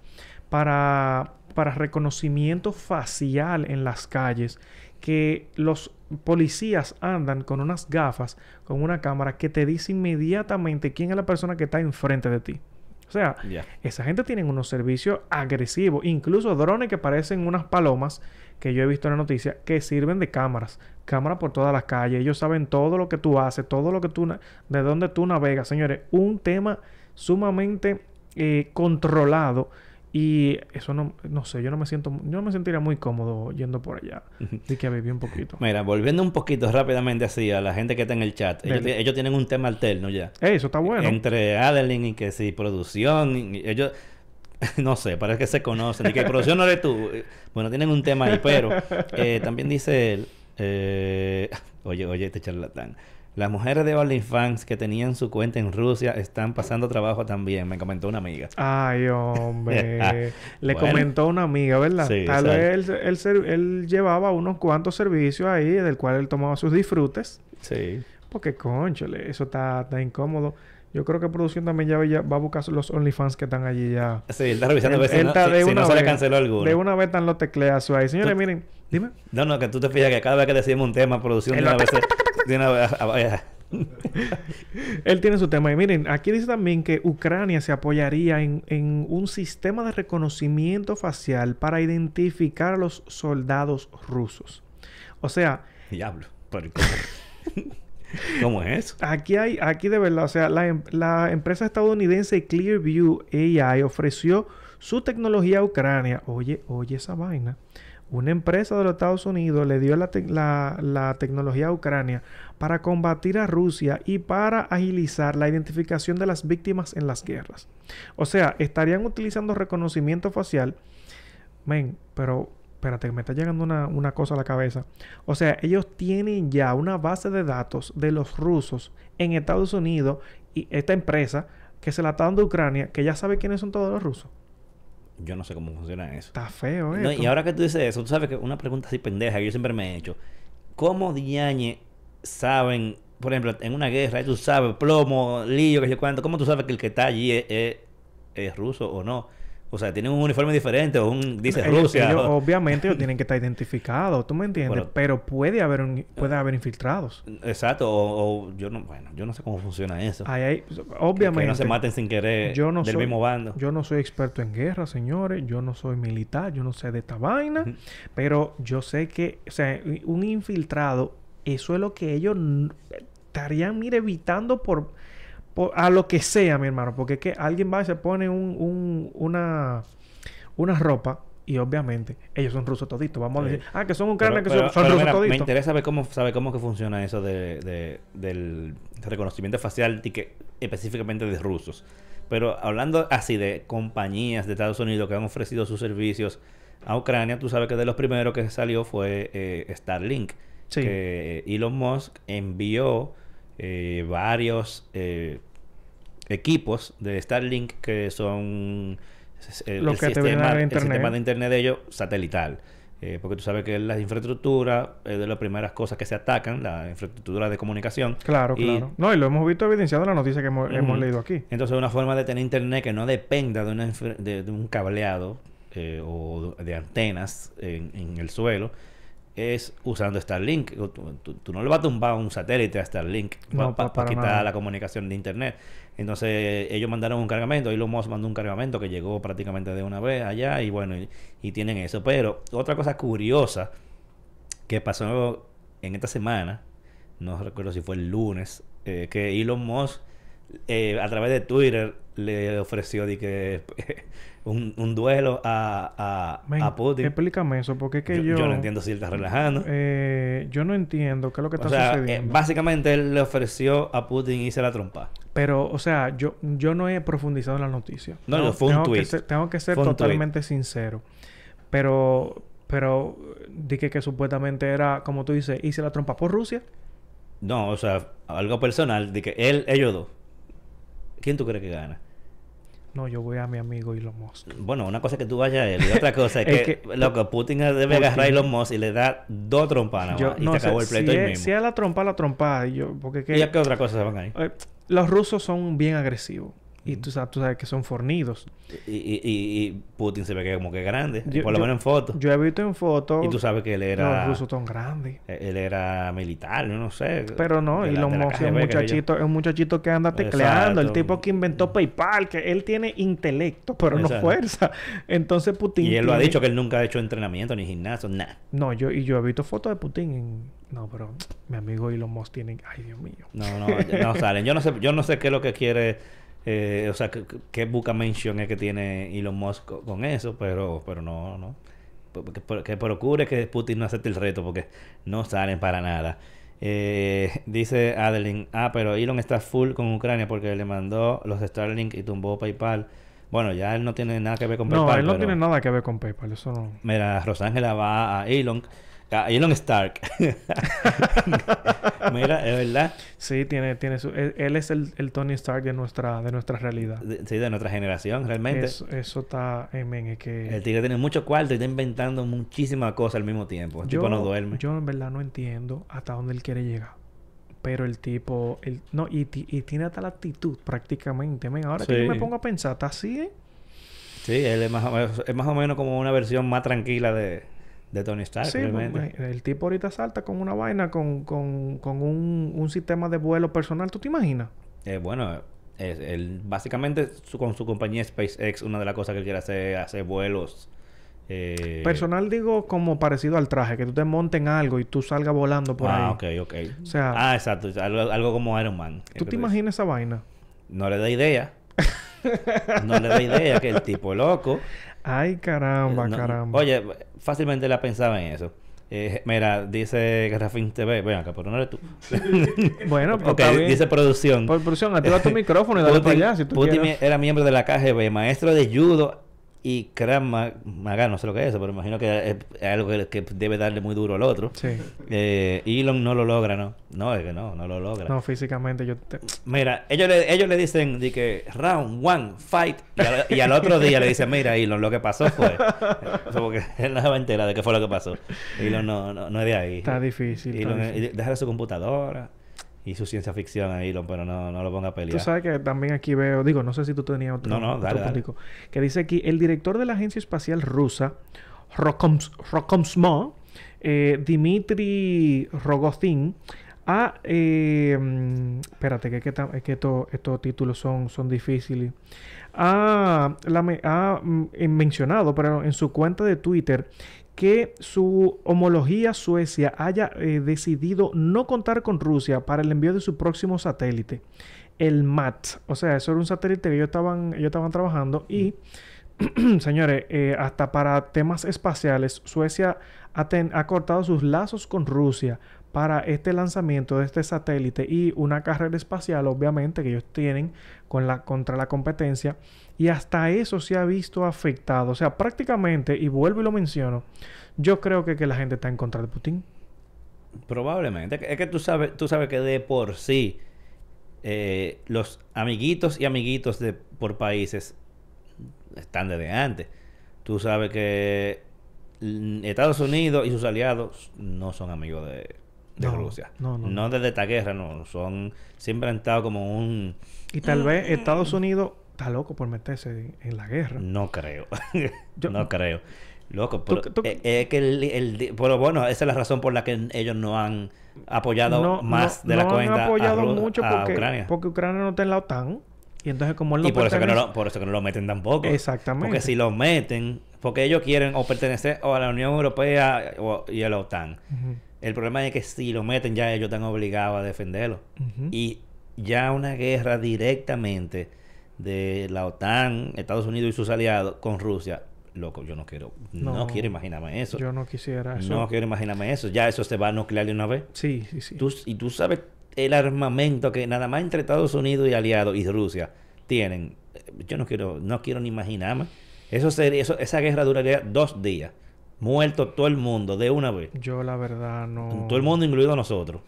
para, para reconocimiento facial en las calles. Que los policías andan con unas gafas, con una cámara que te dice inmediatamente quién es la persona que está enfrente de ti. O sea, Ya. esa gente tiene unos servicios agresivos, incluso drones que parecen unas palomas que yo he visto en la noticia que sirven de cámaras, cámaras por todas las calles. Ellos saben todo lo que tú haces, todo lo que tú, na- de dónde tú navegas, señores. Un tema sumamente eh, controlado y eso no, no sé, yo no me siento, yo no me sentiría muy cómodo yendo por allá, de que viví un poquito. Mira, volviendo un poquito rápidamente así a la gente que está en el chat. Ellos, Dale. ti- ellos tienen un tema alterno ya. Ey, eso está bueno. Entre Adeline y que si producción. y- y ellos, no sé, parece que se conocen. Y que producción no eres tú. Eh, Bueno, tienen un tema ahí, pero eh, también dice él. eh, oye, oye, este charlatán. Las mujeres de OnlyFans que tenían su cuenta en Rusia están pasando trabajo también, me comentó una amiga. Ay, hombre. Le Bueno. comentó una amiga, ¿verdad? Sí, Tal exacto. vez él, él ser- él llevaba unos cuantos servicios ahí, del cual él tomaba sus disfrutes. Sí. Porque, cónchale, eso está, está incómodo. Yo creo que producción también ya, ya va a buscar los OnlyFans que están allí ya. Sí, él está revisando Él, a ver si él no, está si- de si una no se le vez- canceló alguno. De una vez están los tecleazos ahí. Señores, Tú- miren, dime. No, no, que tú te fijas que cada vez que decimos un tema, producción de Él una lo- vez... se- De una vez... a- a- Él tiene su tema. Y miren, aquí dice también que Ucrania se apoyaría en, en un sistema de reconocimiento facial para identificar a los soldados rusos. O sea, Diablo. Pero ¿cómo? ¿Cómo es eso? aquí hay, aquí de verdad, o sea, la, em- la empresa estadounidense Clearview A I ofreció su tecnología a Ucrania. Oye, oye esa vaina. Una empresa de los Estados Unidos le dio la, tec- la, la tecnología a Ucrania para combatir a Rusia y para agilizar la identificación de las víctimas en las guerras. O sea, estarían utilizando reconocimiento facial. Men, pero espérate, que me está llegando una, una cosa a la cabeza. O sea, ellos tienen ya una base de datos de los rusos en Estados Unidos y esta empresa que se la está dando a Ucrania, que ya sabe quiénes son todos los rusos. Yo no sé cómo funciona eso. Está feo, ¿eh? No, y ahora que tú dices eso, tú sabes que una pregunta así pendeja que yo siempre me he hecho. ¿Cómo diañe saben, por ejemplo, en una guerra, tú sabes, plomo, lío, que sé cuánto, ¿cómo tú sabes que el que está allí es, es- es ruso o no? O sea, tienen un uniforme diferente o un dice Ellos- Rusia. ellos, o- obviamente ellos tienen que estar identificados, ¿tú me entiendes? Bueno. Pero puede haber un- puede haber infiltrados. Exacto, o, o yo no, bueno, yo no sé cómo funciona eso. Ahí hay- Que- obviamente. Que no se maten sin querer yo no del soy, mismo bando. Yo no soy experto en guerra, señores. Yo no soy militar. Yo no sé de esta vaina. Ujú. Pero yo sé que, o sea, un infiltrado, eso es lo que ellos n- estarían, mire, evitando por, por- a lo que sea, mi hermano. Porque es que alguien va y se pone un, un- una, una ropa y obviamente ellos son rusos toditos. Vamos Sí. a decir, ah, que son ucranianos, que Pero- son, son pero rusos mira, me toditos. interesa saber cómo, saber cómo que funciona eso de, de- del reconocimiento facial y que, específicamente de rusos. Pero hablando así de compañías de Estados Unidos que han ofrecido sus servicios a Ucrania, tú sabes que de los primeros que salió fue eh, Starlink. Sí. Que Elon Musk envió eh, varios eh, equipos de Starlink que son eh, Lo el, que te sistema, brindan el el internet. sistema de internet de ellos satelital. Eh, porque tú sabes que la infraestructura es de las primeras cosas que se atacan, la infraestructura de comunicación. Claro, Y- claro. No, y lo hemos visto evidenciado en la noticia que hemos, Ujú. hemos leído aquí. Entonces, una forma de tener internet que no dependa de, una infra- de, de un cableado eh, o de antenas en, en el suelo es usando Starlink. Tú, tú- tú no le vas a tumbar un satélite a Starlink No, para pa- para quitar nada. la comunicación de internet. Entonces, ellos mandaron un cargamento. Elon Musk mandó un cargamento que llegó prácticamente de una vez allá y bueno, y, y tienen eso. Pero otra cosa curiosa que pasó en esta semana, no recuerdo si fue el lunes, eh, que Elon Musk eh, a través de Twitter le ofreció de que un, un duelo a, a, Men, a Putin. explícame eso, porque es que yo, yo... yo no entiendo si él está relajando. eh, yo no entiendo qué es lo que está o sea, eh, sucediendo. básicamente él le ofreció a Putin irse la trompa. Pero, o sea, yo, yo no he profundizado en la noticia. No, Tengo- no, fue un tengo tweet. Que ser, tengo que ser Fue un totalmente sincero. Pero, pero, dije que supuestamente era, como tú dices, hice la trompa por Rusia. No, o sea, algo personal de que él, ellos dos. ¿Quién tú crees que gana? No, yo voy a mi amigo Elon Musk. Bueno, una cosa es que tú vayas a él y otra cosa es Es que, que- loco, Putin debe Putin- agarrar a Elon Musk y le da dos trompadas Yo, más, y no, se o sea, acabó el pleito si ahí es, mismo. si es la trompa, la trompa. Y yo, porque es que, ¿Y a qué otra cosa se van ahí? eh, los rusos son bien agresivos. Y Ujú. tú sabes, tú sabes que son fornidos. Y, y, y, y Putin se ve que como que grande, Yo- por lo yo- menos en fotos. Yo he visto en fotos Y tú sabes que él era... los rusos son grandes. Él era militar, yo no sé. Pero no, de la- Elon de la Musk es un K G B, qué sé yo. muchachito, es un muchachito que anda tecleando, el Exacto. tipo que inventó PayPal, que él tiene intelecto, pero no Exacto. fuerza. Entonces Putin Y él lo ha tiene- dicho que él nunca ha hecho entrenamiento ni gimnasio, nada. No, yo y yo he visto fotos de Putin en... No, pero mi amigo Elon Musk tiene... Ay, Dios mío. No, no, no salen. Yo no sé, yo no sé qué es lo que quiere, eh, o sea, qué, qué buca mention es que tiene Elon Musk co- con eso, pero, pero no, no. Que, que- que procure que Putin no acepte el reto porque no salen para nada. Eh, dice Adeline, ah, pero Elon está full con Ucrania porque le mandó los Starlink y tumbó PayPal. Bueno, ya él no tiene nada que ver con No, PayPal. él no pero- tiene nada que ver con PayPal, eso no... Mira, Rosángela va a Elon, a Elon Stark. Mira, es verdad. Sí, tiene, tiene su... Él, él es el, el Tony Stark de nuestra, de nuestra realidad. De- sí, de nuestra generación, realmente. Eso, eso está... eh, men, es que... El tigre tiene mucho cuarto y está inventando muchísimas cosas al mismo tiempo. El yo, tipo no duerme. yo en verdad no entiendo hasta dónde él quiere llegar. Pero el tipo... El, no, y, ti- y tiene hasta la actitud prácticamente. Men, ahora Sí. que yo me pongo a pensar, ¿está así, eh? Sí, él es más o menos, es más o menos como una versión más tranquila de, de Tony Stark, Sí, realmente. pues, el tipo ahorita salta con una vaina, con, con, con un, un sistema de vuelo personal. ¿Tú te imaginas? Eh, bueno, es, él básicamente su- con su compañía SpaceX, una de las cosas que él quiere hacer es hacer vuelos. eh, Personal digo como parecido al traje, que tú te montes en algo y tú salgas volando por Ah, ahí. ok, ok. O sea, Ah, exacto. Algo, algo como Iron Man. es ¿tú que te tú dices. imaginas esa vaina? No le da idea. No le da idea que el tipo loco. Ay, eh, caramba, no- caramba. oye, fácilmente la pensaba en eso. Eh, mira, dice Garrafín T V. Ven acá, pero no eres tú. Bueno, pues Ok, está bien. dice producción. Por producción, activa tu micrófono y dale para Putin, allá si tú Putin quieres. era miembro de la K G B, maestro de judo y Krav Ma- Maga, no sé lo que es eso, pero imagino que es, es algo que, que debe darle muy duro al otro. Sí. Eh, Elon no lo logra, ¿no? No, es que no, no lo logra. No, físicamente yo... Te... Mira, ellos le, ellos le dicen de que round one, fight, y al, y al otro día le dicen, mira, Elon, lo que pasó fue... Porque él no se va a enterar de qué fue lo que pasó. Elon no, no, no es de ahí. Está difícil. está Elon, difícil. eh, déjale su computadora y su ciencia ficción a Elon, pero no, no lo ponga a pelear. Tú sabes que también aquí veo... Digo, no sé si tú tenías otro, No, no, otro dale, dale. puntico. Que dice aquí, el director de la agencia espacial rusa, Rokoms- Rokomsmo, eh, Dmitry Rogozin, ha... eh, mm, espérate, que, es que, ta- es que esto- estos títulos son, son difíciles. Ha, la me- ha, mm, eh, mencionado, pero en su cuenta de Twitter, que su homología Suecia haya eh, decidido no contar con Rusia para el envío de su próximo satélite, el M A T. O sea, eso era un satélite que ellos estaban, ellos estaban trabajando y, señores, eh, hasta para temas espaciales, Suecia ha, ten- ha cortado sus lazos con Rusia para este lanzamiento de este satélite y una carrera espacial, obviamente, que ellos tienen con la, contra la competencia. Y hasta eso se ha visto afectado. O sea, prácticamente, y vuelvo y lo menciono, yo creo que, que la gente está en contra de Putin. Probablemente. Es que, es que tú sabes, tú sabes que de por sí eh, los amiguitos y amiguitos de por países están desde antes. Tú sabes que mm, Estados Unidos y sus aliados no son amigos de, de No, Rusia. no, no, no. desde esta guerra, no. Son... Siempre han estado como un... Y tal vez Estados Unidos está loco por meterse en la guerra. No creo. Yo- no creo. Loco, Tú- pero tú- eh, es que el, el- pero bueno, esa es la razón por la que ellos no han apoyado No, más no, de la no cuenta han apoyado a, Ru- mucho a porque, Ucrania. porque Ucrania no está en la OTAN. Y entonces como él no y por eso, que no pertenece- lo, por eso que no lo meten tampoco. Exactamente. Porque si lo meten, porque ellos quieren o pertenecer o a la Unión Europea o, y a la OTAN. Ujú, El problema es que si lo meten ya ellos están obligados a defenderlo. ujú. Y ya una guerra directamente de la OTAN, Estados Unidos y sus aliados con Rusia, loco, yo no quiero, no, No, quiero imaginarme eso. Yo no quisiera eso. No quiero imaginarme eso. Ya eso se va a nuclear de una vez. Sí, sí, sí. Tú, y tú sabes el armamento que nada más entre Estados Unidos y aliados y Rusia tienen. Eh, Yo no quiero, no quiero ni imaginarme. Eso sería, eso, esa guerra duraría dos días. Muerto todo el mundo de una vez. Yo la verdad no... Todo el mundo, incluido nosotros.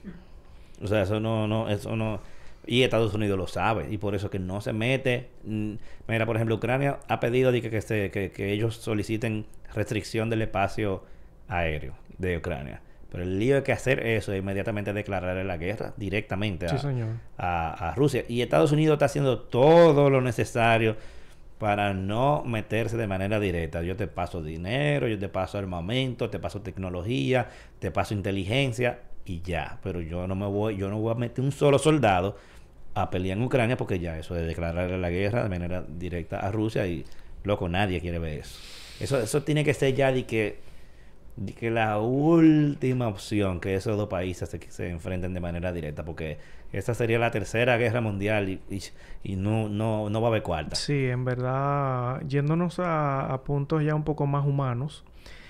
O sea, eso no, no, eso no. Y Estados Unidos lo sabe. Y por eso que no se mete. Mm, Mira, por ejemplo, Ucrania ha pedido de que, que, se- que, que ellos soliciten restricción del espacio aéreo de Ucrania. Pero el lío es que hacer eso es inmediatamente declarar la guerra directamente Sí, a, señor. a, a Rusia. Y Estados Unidos está haciendo todo lo necesario para no meterse de manera directa. Yo te paso dinero, yo te paso armamento, te paso tecnología, te paso inteligencia y ya. Pero yo no me voy, yo no voy a meter un solo soldado a pelear en Ucrania porque ya eso de declararle la guerra de manera directa a Rusia y loco, nadie quiere ver eso. Eso, eso tiene que ser ya de que, de que la última opción que esos dos países se, se enfrenten de manera directa porque esta sería la tercera guerra mundial y, y, y no, no, no va a haber cuarta. Sí, en verdad, yéndonos a, a puntos ya un poco más humanos,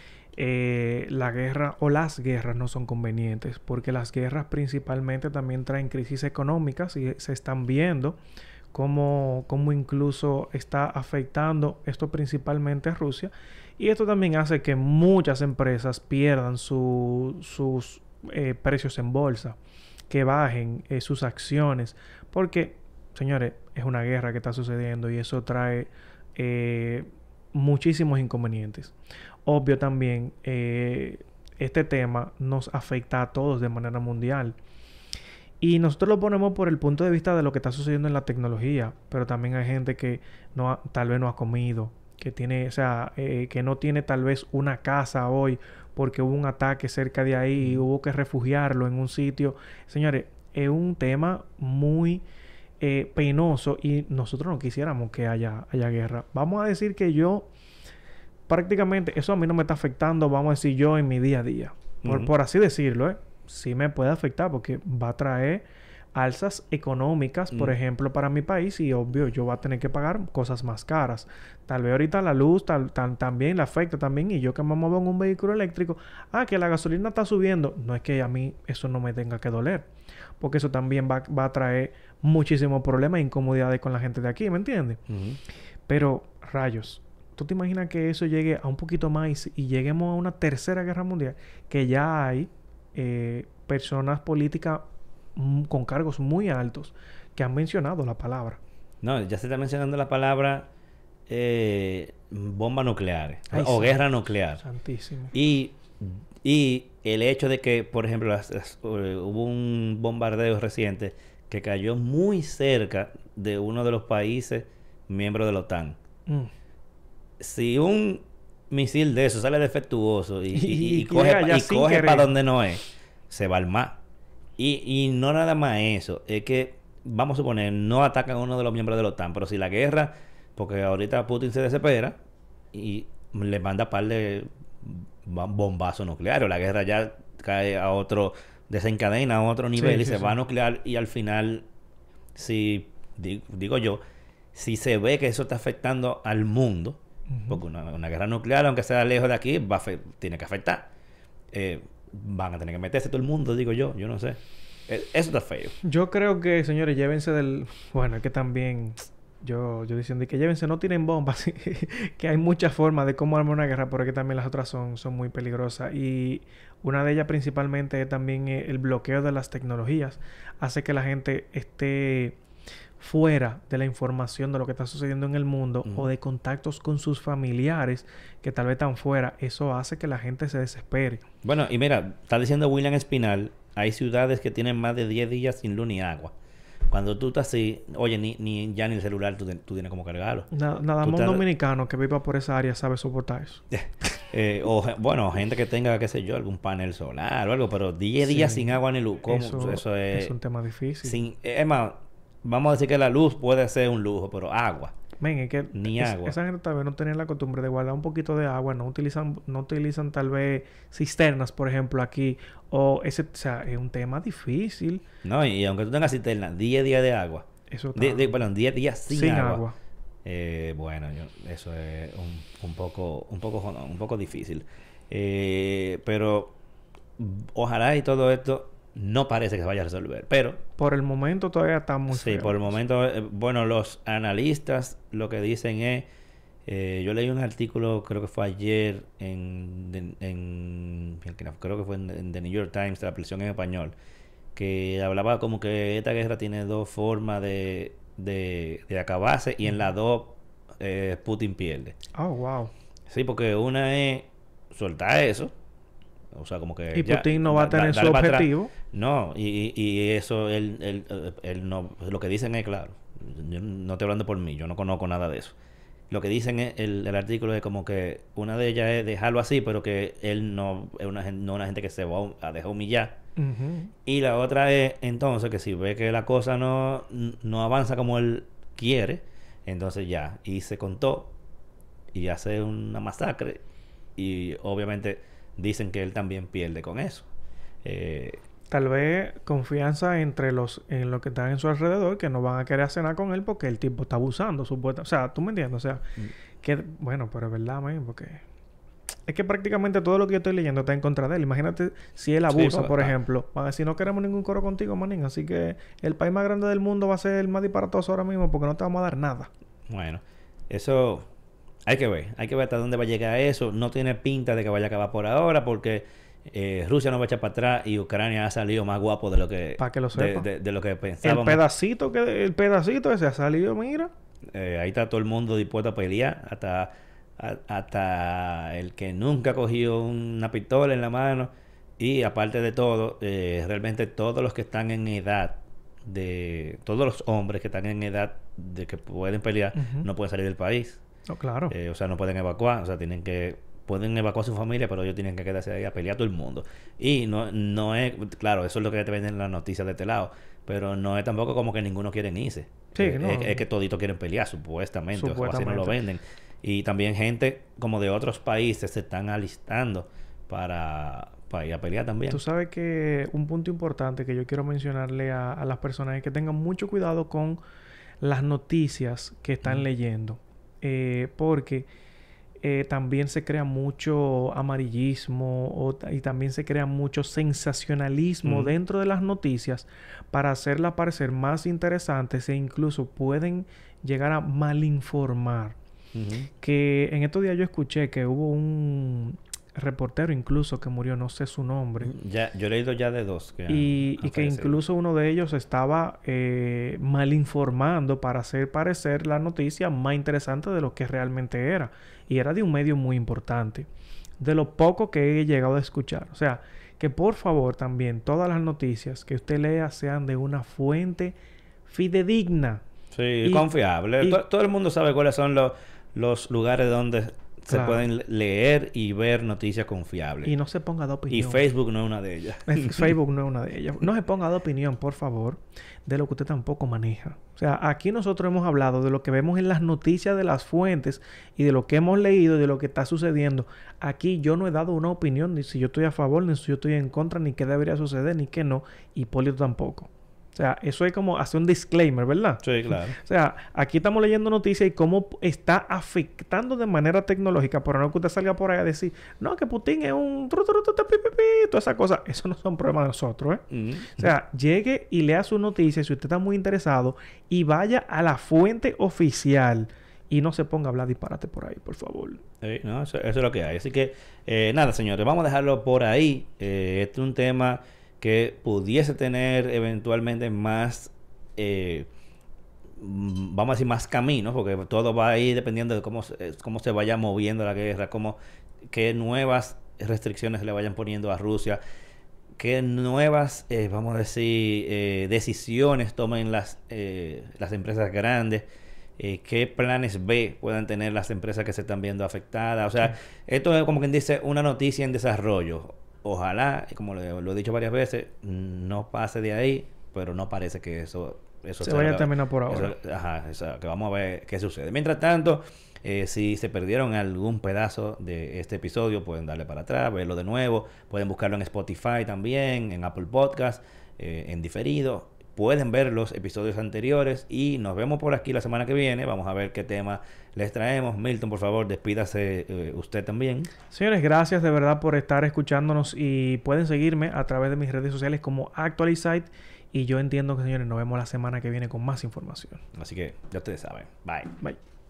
eh, la guerra o las guerras no son convenientes, porque las guerras principalmente también traen crisis económicas y se están viendo cómo, cómo incluso está afectando esto principalmente a Rusia. Y esto también hace que muchas empresas pierdan su- sus eh, precios en bolsa, que bajen eh, sus acciones, porque, señores, es una guerra que está sucediendo y eso trae eh, muchísimos inconvenientes. Obvio también, eh, este tema nos afecta a todos de manera mundial. Y nosotros lo ponemos por el punto de vista de lo que está sucediendo en la tecnología, pero también hay gente que no ha- tal vez no ha comido, que tiene, o sea, eh, que no tiene tal vez una casa hoy porque hubo un ataque cerca de ahí y hubo que refugiarlo en un sitio. Señores, es un tema muy eh, penoso y nosotros no quisiéramos que haya, haya guerra. Vamos a decir que yo, prácticamente, eso a mí no me está afectando, vamos a decir yo en mi día a día. Por, Ujú. por así decirlo, ¿eh? Sí me puede afectar porque va a traer alzas económicas, por Mm. ejemplo, para mi país y obvio yo voy a tener que pagar cosas más caras. Tal vez ahorita la luz tal, tal- también le afecta también y yo que me muevo en un vehículo eléctrico, ah, que la gasolina está subiendo, no es que a mí eso no me tenga que doler, porque eso también va, va a traer muchísimos problemas e incomodidades con la gente de aquí, ¿me entiendes? Ujú. Pero, rayos, ¿tú te imaginas que eso llegue a un poquito más y, y lleguemos a una tercera guerra mundial? Que ya hay eh, personas políticas mm, con cargos muy altos que han mencionado la palabra. No, ya se está mencionando la palabra eh, bombas nucleares Ay, o san- guerra nuclear. santísimo. Y, y el hecho de que, por ejemplo, las- las- eh, hubo un bombardeo reciente que cayó muy cerca de uno de los países miembros de la OTAN. Mm. Si un misil de eso sale defectuoso y, y, y- Y, y y coge, llega pa- ya y sin coge querer. para donde no es, se va al mar. Y, y no nada más eso, es que, vamos a suponer, no atacan a uno de los miembros de la OTAN, pero si la guerra, porque ahorita Putin se desespera y le manda par de ba- bombazos nucleares, la guerra ya cae a otro, desencadena a otro nivel Sí, y sí, se sí. va a nuclear y al final, si, di- digo yo, si se ve que eso está afectando al mundo, Ujú. porque una, una guerra nuclear, aunque sea lejos de aquí, va a fe- tiene que afectar. Eh, van a tener que meterse todo el mundo, digo yo, yo no sé. Eh, eso está feo. Yo creo que, señores, llévense del... Bueno, es que también... Yo, yo diciendo que llévense, no tienen bombas. Que hay muchas formas de cómo armar una guerra, pero que también las otras son, son muy peligrosas. Y una de ellas principalmente es también eh, el bloqueo de las tecnologías. Hace que la gente esté fuera de la información de lo que está sucediendo en el mundo Ujú. o de contactos con sus familiares que tal vez están fuera. Eso hace que la gente se desespere. Bueno, y mira, está diciendo William Espinal, hay ciudades que tienen más de diez días sin luz ni agua. Cuando tú estás así, oye, ni, ni ya ni el celular tú, te- tú tienes como cargarlo. Na- nada Tú más un estás- dominicano que viva por esa área sabe soportar eso. Eh, o, ge- bueno, gente que tenga, qué sé yo, algún panel solar o algo, pero diez Sí. días sin agua ni luz, ¿cómo? Eso, Eso, es... es un tema difícil. sin, es más, vamos a decir que la luz puede ser un lujo, pero agua, Men, es que ni es- agua. esa gente tal vez no tiene la costumbre de guardar un poquito de agua, no utilizan, no utilizan tal vez cisternas, por ejemplo, aquí, o ese, o sea, es un tema difícil. No, y, aunque tú tengas cisterna, diez días de agua, Eso está de, de- perdón, diez días sin, sin agua, agua. eh, bueno, yo- eso es un, un poco, un poco, jodón, un poco difícil. Eh, pero ojalá y todo esto no parece que se vaya a resolver, pero Por el momento todavía está muy sí, feo. por el momento, eh, bueno, los analistas lo que dicen es, eh, yo leí un artículo, creo que fue ayer, en, en- en- creo que fue en, en The New York Times, la versión en español, que hablaba como que esta guerra tiene dos formas de, de, de acabarse y en las dos eh, Putin pierde. Oh, wow. Sí, porque una es soltar eso, o sea, como que Y ya, Putin no va a da- tener dale su para atrás. objetivo. No, y, y y eso, él, él, eh, él no, lo que dicen es claro. Yo no estoy hablando por mí, yo no conozco nada de eso. Lo que dicen es, el, el artículo es como que una de ellas es dejarlo así, pero que él no es una, gen- no una gente que se va a dejar humillar. Ujú. Y la otra es, entonces, que si ve que la cosa no, no avanza como él quiere, entonces ya, y se contó, y hace una masacre, y obviamente dicen que él también pierde con eso. Eh, Tal vez confianza entre los en los que están en su alrededor que no van a querer cenar con él porque el tipo está abusando, supuestamente. O sea, ¿tú me entiendes? O sea, que bueno, pero es verdad, man, porque es que prácticamente todo lo que yo estoy leyendo está en contra de él. Imagínate si él Sí, abusa, porque- por ah. ejemplo. Van a decir, no queremos ningún coro contigo, manín. Así que el país más grande del mundo va a ser el más disparatoso ahora mismo porque no te vamos a dar nada. Bueno, eso hay que ver, hay que ver hasta dónde va a llegar eso. No tiene pinta de que vaya a acabar por ahora porque eh, Rusia no va a echar para atrás y Ucrania ha salido más guapo de lo que Pa' que lo de, sepa. de- de lo que El pensábamos. pedacito que el pedacito ese ha salido, mira. Eh, ahí está todo el mundo dispuesto a pelear, hasta, a- hasta el que nunca ha cogido una pistola en la mano Y aparte de todo, eh, realmente todos los que están en edad de... Todos los hombres que están en edad de que pueden pelear, Ujú. no pueden salir del país. Oh, claro. Eh, o sea, no pueden evacuar. O sea, tienen que... Pueden evacuar a su familia, pero ellos tienen que quedarse ahí a pelear a todo el mundo. Y no, no es... Claro, eso es lo que te venden en las noticias de este lado. Pero no es tampoco como que ninguno quiere irse. Sí, Eh, no. es, es que toditos quieren pelear, supuestamente. O sea, así no lo Supuestamente. venden. Y también gente como de otros países se están alistando para, para ir a pelear también. Tú sabes que un punto importante que yo quiero mencionarle a, a las personas es que tengan mucho cuidado con las noticias que están Ujú. leyendo. Eh, porque eh, también se crea mucho amarillismo o ta- y también se crea mucho sensacionalismo Ujú. dentro de las noticias para hacerlas parecer más interesantes e incluso pueden llegar a malinformar. Ujú. Que en estos días yo escuché que hubo un reportero incluso que murió, no sé su nombre. Ya, yo he leído ya de dos que han, Y, han y que fallecido. incluso uno de ellos estaba eh, mal informando para hacer parecer la noticia más interesante de lo que realmente era. Y era de un medio muy importante. De lo poco que he llegado a escuchar. O sea, que por favor también todas las noticias que usted lea sean de una fuente fidedigna. Sí, Y, confiable. y To- todo el mundo sabe cuáles son los, los lugares donde se claro. pueden le- leer y ver noticias confiables. Y no se ponga de Y opinión. Facebook no es una de ellas. Facebook no es una de ellas. No se ponga de opinión, por favor, de lo que usted tampoco maneja. O sea, aquí nosotros hemos hablado de lo que vemos en las noticias de las fuentes y de lo que hemos leído y de lo que está sucediendo. Aquí yo no he dado una opinión ni si yo estoy a favor, ni si yo estoy en contra, ni qué debería suceder, ni qué no. Y Hipólito tampoco. O sea, eso es como hacer un disclaimer, ¿verdad? Sí, claro. O sea, aquí estamos leyendo noticias y cómo está afectando de manera tecnológica, pero no que usted salga por ahí a decir, no, que Putin es un... tru, tru, tru, tru, pi, pi, pi, toda esa cosa. Eso no son problemas de nosotros, ¿eh? Ujú. O sea, llegue y lea su noticia si usted está muy interesado y vaya a la fuente oficial y no se ponga a hablar disparate por ahí, por favor. Sí, no, eso, eso es lo que hay. Así que, eh, nada, señores, vamos a dejarlo por ahí. Eh, este es un tema que pudiese tener eventualmente más, eh, mm, vamos a decir, más caminos, porque todo va a ir dependiendo de cómo, se- cómo se vaya moviendo la guerra, cómo, qué nuevas restricciones le vayan poniendo a Rusia, qué nuevas, eh, vamos a decir, eh, decisiones tomen las, eh, las empresas grandes, eh, qué planes B puedan tener las empresas que se están viendo afectadas. O sea, Sí. esto es como quien dice una noticia en desarrollo. Ojalá, como lo, lo he dicho varias veces, no pase de ahí, pero no parece que eso... eso Se sea vaya lo a que- terminar por eso- ahora. ajá, eso, que vamos a ver qué sucede. Mientras tanto, eh, si se perdieron algún pedazo de este episodio, pueden darle para atrás, verlo de nuevo. Pueden buscarlo en Spotify también, en Apple Podcast, eh, en diferido. Pueden ver los episodios anteriores y nos vemos por aquí la semana que viene. Vamos a ver qué tema les traemos. Milton, por favor, despídase eh, usted también. Señores, gracias de verdad por estar escuchándonos y pueden seguirme a través de mis redes sociales como Actualizite. Y yo entiendo que, señores, nos vemos la semana que viene con más información. Así que ya ustedes saben. Bye. Bye.